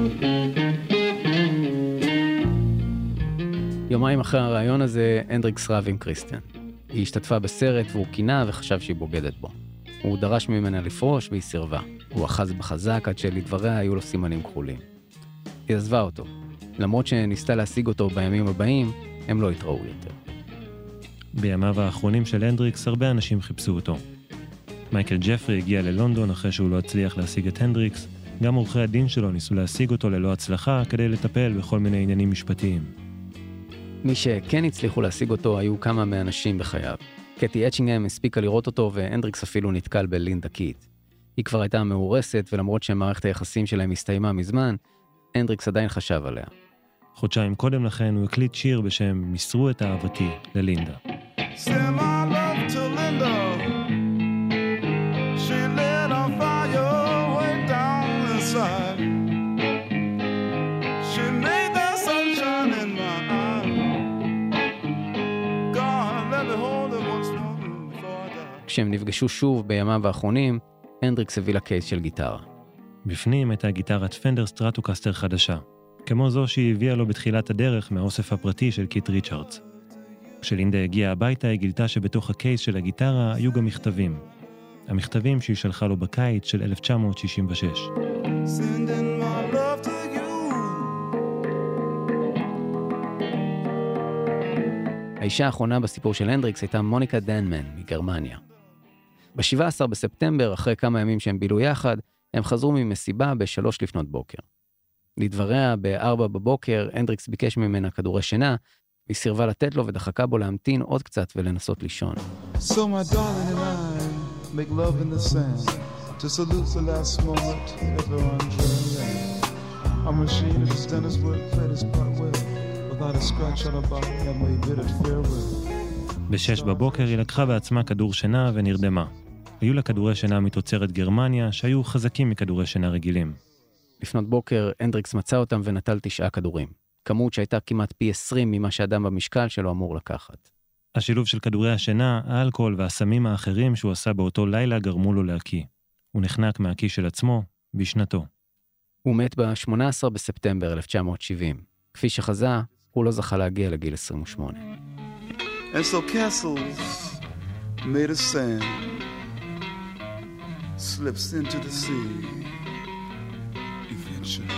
Speaker 3: יומיים אחרי הרעיון הזה, הנדריקס רב עם קריסטיאן. היא השתתפה בסרט והוא קינה וחשב שהיא בוגדת בו. הוא דרש ממנה לפרוש והיא סירבה. הוא אחז בחזק עד שלדבריה היו לו סימנים כחולים. היא עזבה אותו. למרות שניסתה להשיג אותו בימים הבאים, הם לא התראו יותר.
Speaker 4: בימיו האחרונים של הנדריקס הרבה אנשים חיפשו אותו. מייקל ג'פרי הגיע ללונדון אחרי שהוא לא הצליח להשיג את הנדריקס. גם עורכי הדין שלו ניסו להשיג אותו ללא הצלחה כדי לטפל בכל מיני עניינים משפטיים.
Speaker 3: מי שכן הצליחו להשיג אותו היו כמה מאנשים בחייו. קטי אצ'ינגהם הספיקה לראות אותו והנדריקס אפילו נתקל בלינדה קית'. היא כבר הייתה מאורסת ולמרות שמערכת היחסים שלהם הסתיימה מזמן, הנדריקס עדיין חשב עליה.
Speaker 4: חודשיים קודם לכן הוא הקליט שיר בשם "מסרו את אהבתי" ללינדה.
Speaker 5: Send my love to Linda. She lit a fire way down inside. She made the sunshine in my eyes. God, let me hold it once more before I die.
Speaker 3: כשהם נפגשו שוב בימיו האחרונים, הנדריקס הביא לה קייס של גיטרה.
Speaker 4: בפנים הייתה גיטרת פנדר סטרטוקסטר חדשה, כמו זו שהיא הביאה לו בתחילת הדרך מהאוסף הפרטי של קית' ריצ'רדס. כשלינדה הגיעה הביתה, היא גילתה שבתוך הקייס של הגיטרה היו גם מכתבים. המכתבים שהיא שלחה לו בקיץ של אלף תשע מאות שישים ושש.
Speaker 3: האישה האחרונה בסיפור של הנדריקס הייתה מוניקה דנמן מגרמניה. ב-שבעה עשר בספטמבר, אחרי כמה ימים שהם בילו יחד, הם חזרו ממסיבה בשלוש לפנות בוקר. לדבריה, בארבע בבוקר, הנדריקס ביקש ממנה כדורי שינה, היא סירבה לתת לו ודחקה בו להמתין עוד קצת ולנסות לישון.
Speaker 5: So my darling and I make love in the sand to salute the last moment ever on dry land. A machine of his tennis work played his part well without a scratch on a body and we bid it farewell.
Speaker 4: בשש בבוקר היא לקחה בעצמה כדור שינה ונרדמה. היו לה כדורי שינה מתוצרת גרמניה שהיו חזקים מכדורי שינה רגילים.
Speaker 3: לפנות בוקר, הנדריקס מצא אותם ונטל תשעה כדורים. כמות שהייתה כמעט פי עשרים ממה שאדם במשקל שלו אמור לקחת.
Speaker 4: השילוב של כדורי השינה, האלכוהול והסמים האחרים שהוא עשה באותו לילה גרמו לו להקיא. הוא נחנק מהקיא של עצמו בשנתו.
Speaker 3: הוא מת ב-שמונה עשר בספטמבר אלף תשע מאות שבעים. כפי שחזה, הוא לא זכה להגיע לגיל עשרים ושמונה.
Speaker 5: And so castles made of sand slips into the sea eventually.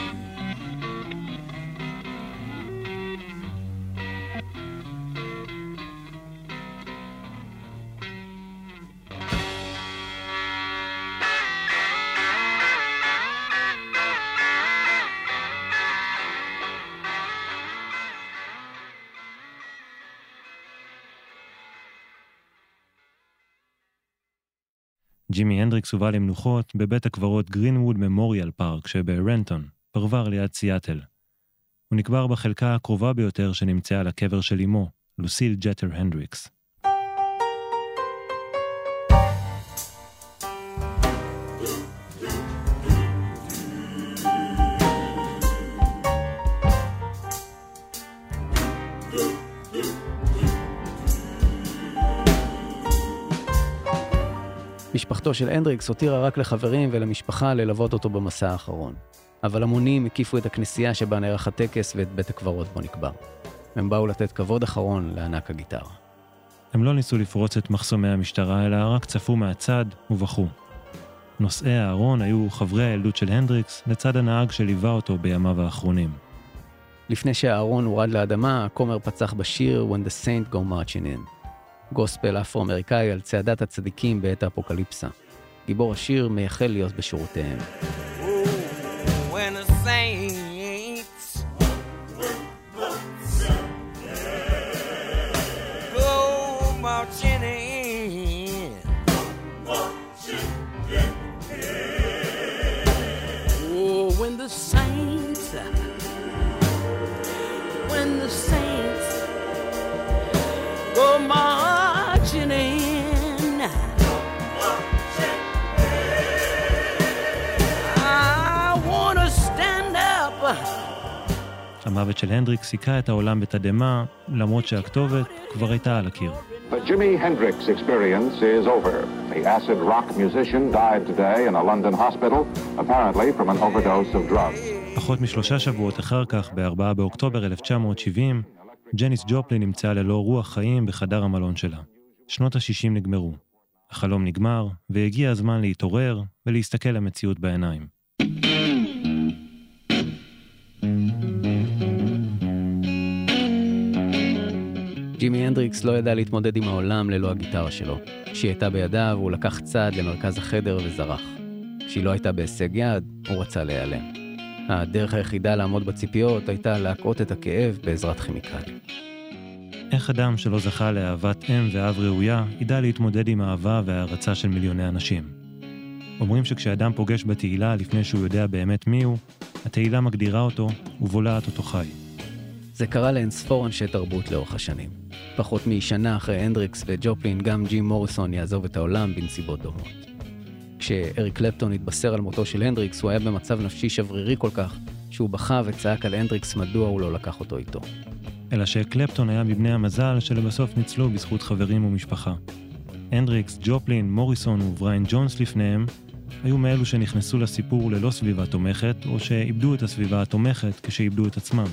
Speaker 4: ג'ימי הנדריקס הובא למנוחות בבית הקברות גרינווד ממוריאל פארק שברנטון, פרבר ליד סיאטל. הוא נקבר בחלקה הקרובה ביותר שנמצאה על הקבר של אמו, לוסיל ג'טר הנדריקס.
Speaker 3: משפחתו של הנדריקס הותירה רק לחברים ולמשפחה ללוות אותו במסע האחרון. אבל המונים הקיפו את הכנסייה שבה נערך הטקס ואת בית הקברות בו נקבר. הם באו לתת כבוד אחרון לענק הגיטרה.
Speaker 4: הם לא ניסו לפרוץ את מחסומי המשטרה, אלא רק צפו מהצד ובכו. נושאי הארון היו חברי הילדות של הנדריקס, לצד הנהג שליווה אותו בימיו האחרונים.
Speaker 3: לפני שהארון הורד לאדמה, הכומר פצח בשיר When the Saint Go Marching In. גוספל אפרו-אמריקאי על צעדת הצדיקים בעת האפוקליפסה. גיבור השיר מייחל להיות בשורותיהם.
Speaker 11: I wanna stand up.
Speaker 4: המוות של הנדריקס סיכה את העולם בתדהמה, למרות שהכתובת כבר הייתה על הקיר.
Speaker 12: The Jimi Hendrix experience is over. The acid rock musician died today in a London hospital, apparently from an overdose of drugs.
Speaker 4: פחות משלושה שבועות אחר כך, ב-ארבעה באוקטובר אלף תשע מאות שבעים, ג'ניס ג'ופלין נמצאה ללא רוח חיים בחדר המלון שלה. שנות ה-שישים נגמרו. החלום נגמר, והגיע הזמן להתעורר ולהסתכל למציאות בעיניים.
Speaker 3: ג'ימי הנדריקס לא ידע להתמודד עם העולם ללא הגיטרה שלו. כשהיא הייתה בידיו, הוא לקח צעד למרכז החדר וזרח. כשהיא לא הייתה בהישג יד, הוא רצה להיעלם. הדרך היחידה לעמוד בציפיות הייתה להקעות את הכאב בעזרת כימיקל.
Speaker 4: איך אדם שלא זכה לאהבת אם ואב ראויה, ידע להתמודד עם האהבה וההרצה של מיליוני אנשים? אומרים שכשאדם פוגש בתהילה לפני שהוא יודע באמת מיהו, התהילה מגדירה אותו ובולעת אותו חי.
Speaker 3: זה קרה לאינספור אנשי תרבות לאורך השנים. פחות משנה אחרי הנדריקס וג'ופלין, גם ג'ים מוריסון יעזוב את העולם בנסיבות דומות. כשאריק קלפטון התבשר על מותו של הנדריקס, הוא היה במצב נפשי שברירי כל כך, שהוא בכה וצעק על הנדריקס מדוע הוא לא לקח אותו איתו.
Speaker 4: אלא שקלפטון היה מבני המזל שלבסוף ניצלו בזכות חברים ומשפחה. הנדריקס, ג'ופלין, מוריסון ובריין ג'ונס לפניהם, היו מאלו שנכנסו לסיפור ללא סביבה תומכת, או שאיבדו את הסביבה התומכת כשאיבדו את עצמם.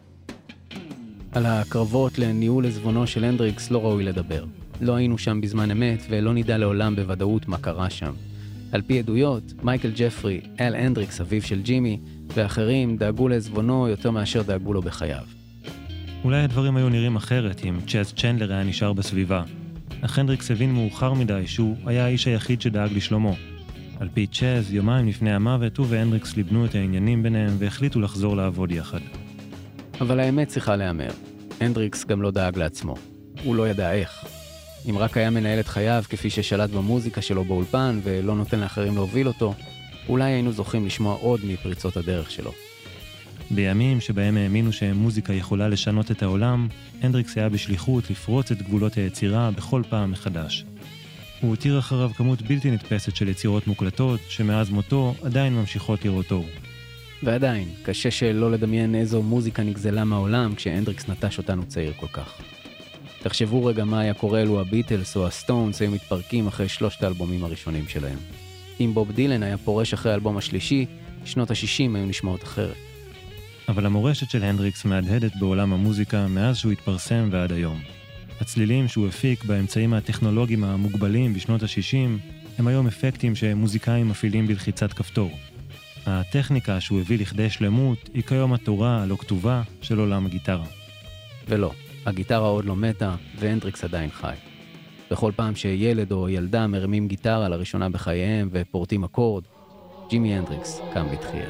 Speaker 3: על הקרבות לניהול עזבונו של הנדריקס לא ראוי לדבר. לא היינו שם בזמן אמת ולא נדע לעולם בוודאות מה קרה שם. על פי עדויות, מייקל ג'פרי, אל הנדריקס, אביו של ג'ימי, ואחרים דאגו לעזבונו יותר מאשר דאגו לו בחייו.
Speaker 4: אולי הדברים היו נראים אחרת אם צ'אז צ'נדלר היה נשאר בסביבה. אך הנדריקס הבין מאוחר מדי שהוא היה האיש היחיד שדאג לשלומו. על פי צ'אז, יומיים לפני המוות, הוא והנדריקס ליבנו את העניינים ביניהם והחליטו לחזור לעבוד יחד.
Speaker 3: אבל האמת צריכה להיאמר. הנדריקס גם לא דאג לעצמו. הוא לא ידע איך. אם רק היה מנהל את חייו כפי ששלט במוזיקה שלו באולפן ולא נותן לאחרים להוביל אותו, אולי היינו זוכים לשמוע עוד מפריצות הדרך שלו.
Speaker 4: בימים שבהם האמינו שמוזיקה יכולה לשנות את העולם, הנדריקס היה בשליחות לפרוץ את גבולות היצירה בכל פעם מחדש. הוא הותיר אחריו כמות בלתי נתפסת של יצירות מוקלטות, שמאז מותו עדיין ממשיכות לראות אור.
Speaker 3: ועדיין, קשה שלא לדמיין איזו מוזיקה נגזלה מהעולם כשהנדריקס נטש אותנו צעיר כל כך. תחשבו רגע מה היה קורה לו הביטלס או הסטונס היו מתפרקים אחרי שלושת האלבומים הראשונים שלהם. אם בוב דילן היה פורש אחרי האלבום השלישי, שנות ה-שישים היו נשמעות אחרת.
Speaker 4: אבל המורשת של הנדריקס מהדהדת בעולם המוזיקה מאז שהוא התפרסם ועד היום. הצלילים שהוא הפיק באמצעים הטכנולוגיים המוגבלים בשנות ה-שישים הם היום אפקטים שמוזיקאים מפעילים בלחיצת כפתור. הטכניקה שהוא הביא לכדי שלמות היא כיום התורה הלא כתובה של עולם הגיטרה.
Speaker 3: ולא, הגיטרה עוד לא מתה והנדריקס עדיין חי. בכל פעם שילד או ילדה מרמים גיטרה לראשונה בחייהם ופורטים אקורד, ג'ימי הנדריקס קם בתחייה.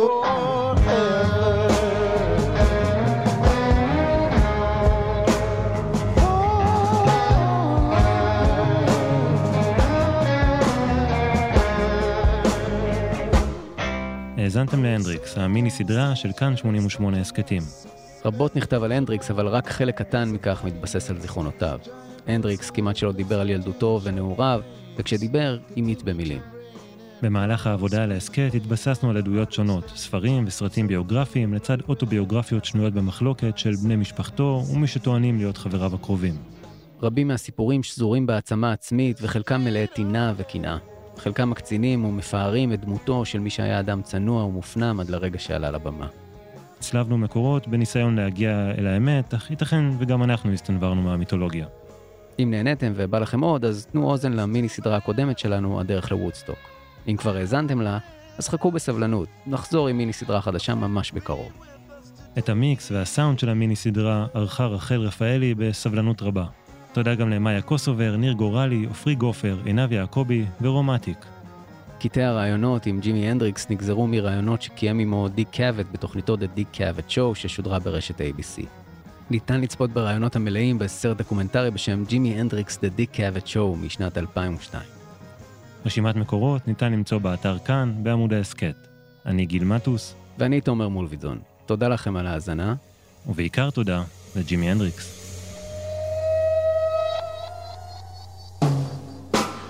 Speaker 4: האזנתם להנדריקס, המיני סדרה של כאן שמונים ושמונה הסקטים.
Speaker 3: רבות נכתב על הנדריקס, אבל רק חלק קטן מכך מתבסס על זיכרונותיו. הנדריקס כמעט שלא דיבר על ילדותו ונעוריו, וכשדיבר, אימית במילים.
Speaker 4: במהלך העבודה על ההסקט התבססנו על עדויות שונות, ספרים וסרטים ביוגרפיים, לצד אוטוביוגרפיות שנויות במחלוקת של בני משפחתו ומי שטוענים להיות חבריו הקרובים.
Speaker 3: רבים מהסיפורים שזורים בעצמה עצמית וחלקם מלאי טינה וקנאה. חלקם מקצינים ומפארים את דמותו של מי שהיה אדם צנוע ומופנם עד לרגע שעלה לבמה.
Speaker 4: הצלבנו מקורות בניסיון להגיע אל האמת, אך ייתכן וגם אנחנו הסתנברנו מהמיתולוגיה.
Speaker 3: אם נהניתם ובא לכם עוד, אז תנו אוזן למיני סדרה הקודמת שלנו, הדרך לוודסטוק. אם כבר האזנתם לה, אז חכו בסבלנות. נחזור עם מיני סדרה חדשה ממש בקרוב.
Speaker 4: את המיקס והסאונד של המיני סדרה ערכה רחל רפאלי בסבלנות רבה. תודה גם למאיה קוסובר, ניר גורלי, אופרי גופר, עינב יעקובי ורומטיק.
Speaker 3: קטעי הרעיונות עם ג'ימי הנדריקס נגזרו מרעיונות שקיים עמו דיק קאבט בתוכניתו The Dick Cavett Show ששודרה ברשת A B C. ניתן לצפות ברעיונות המלאים בסרט דוקומנטרי בשם ג'ימי הנדריקס The Dick Cavett Show משנת אלפיים ושתיים.
Speaker 4: רשימת מקורות ניתן למצוא באתר כאן בעמוד ההסקט. אני גיל מטוס.
Speaker 3: ואני תומר מולביזון. תודה לכם על ההאזנה.
Speaker 4: ובעיקר תודה לג'ימי הנדריקס.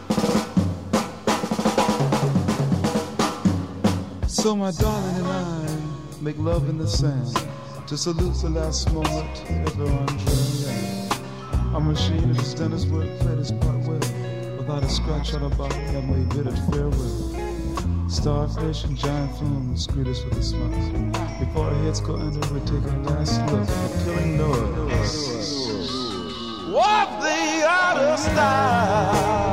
Speaker 5: So my darling and I make love in the sand to salute the last moment ever on train. Our machine has done its work, played its part well. Without a scratch on our body, I may bid it farewell. Starfish and giant flumes greet us with a smile. Before our heads go under, we take a last look at the killing noise of the outer style.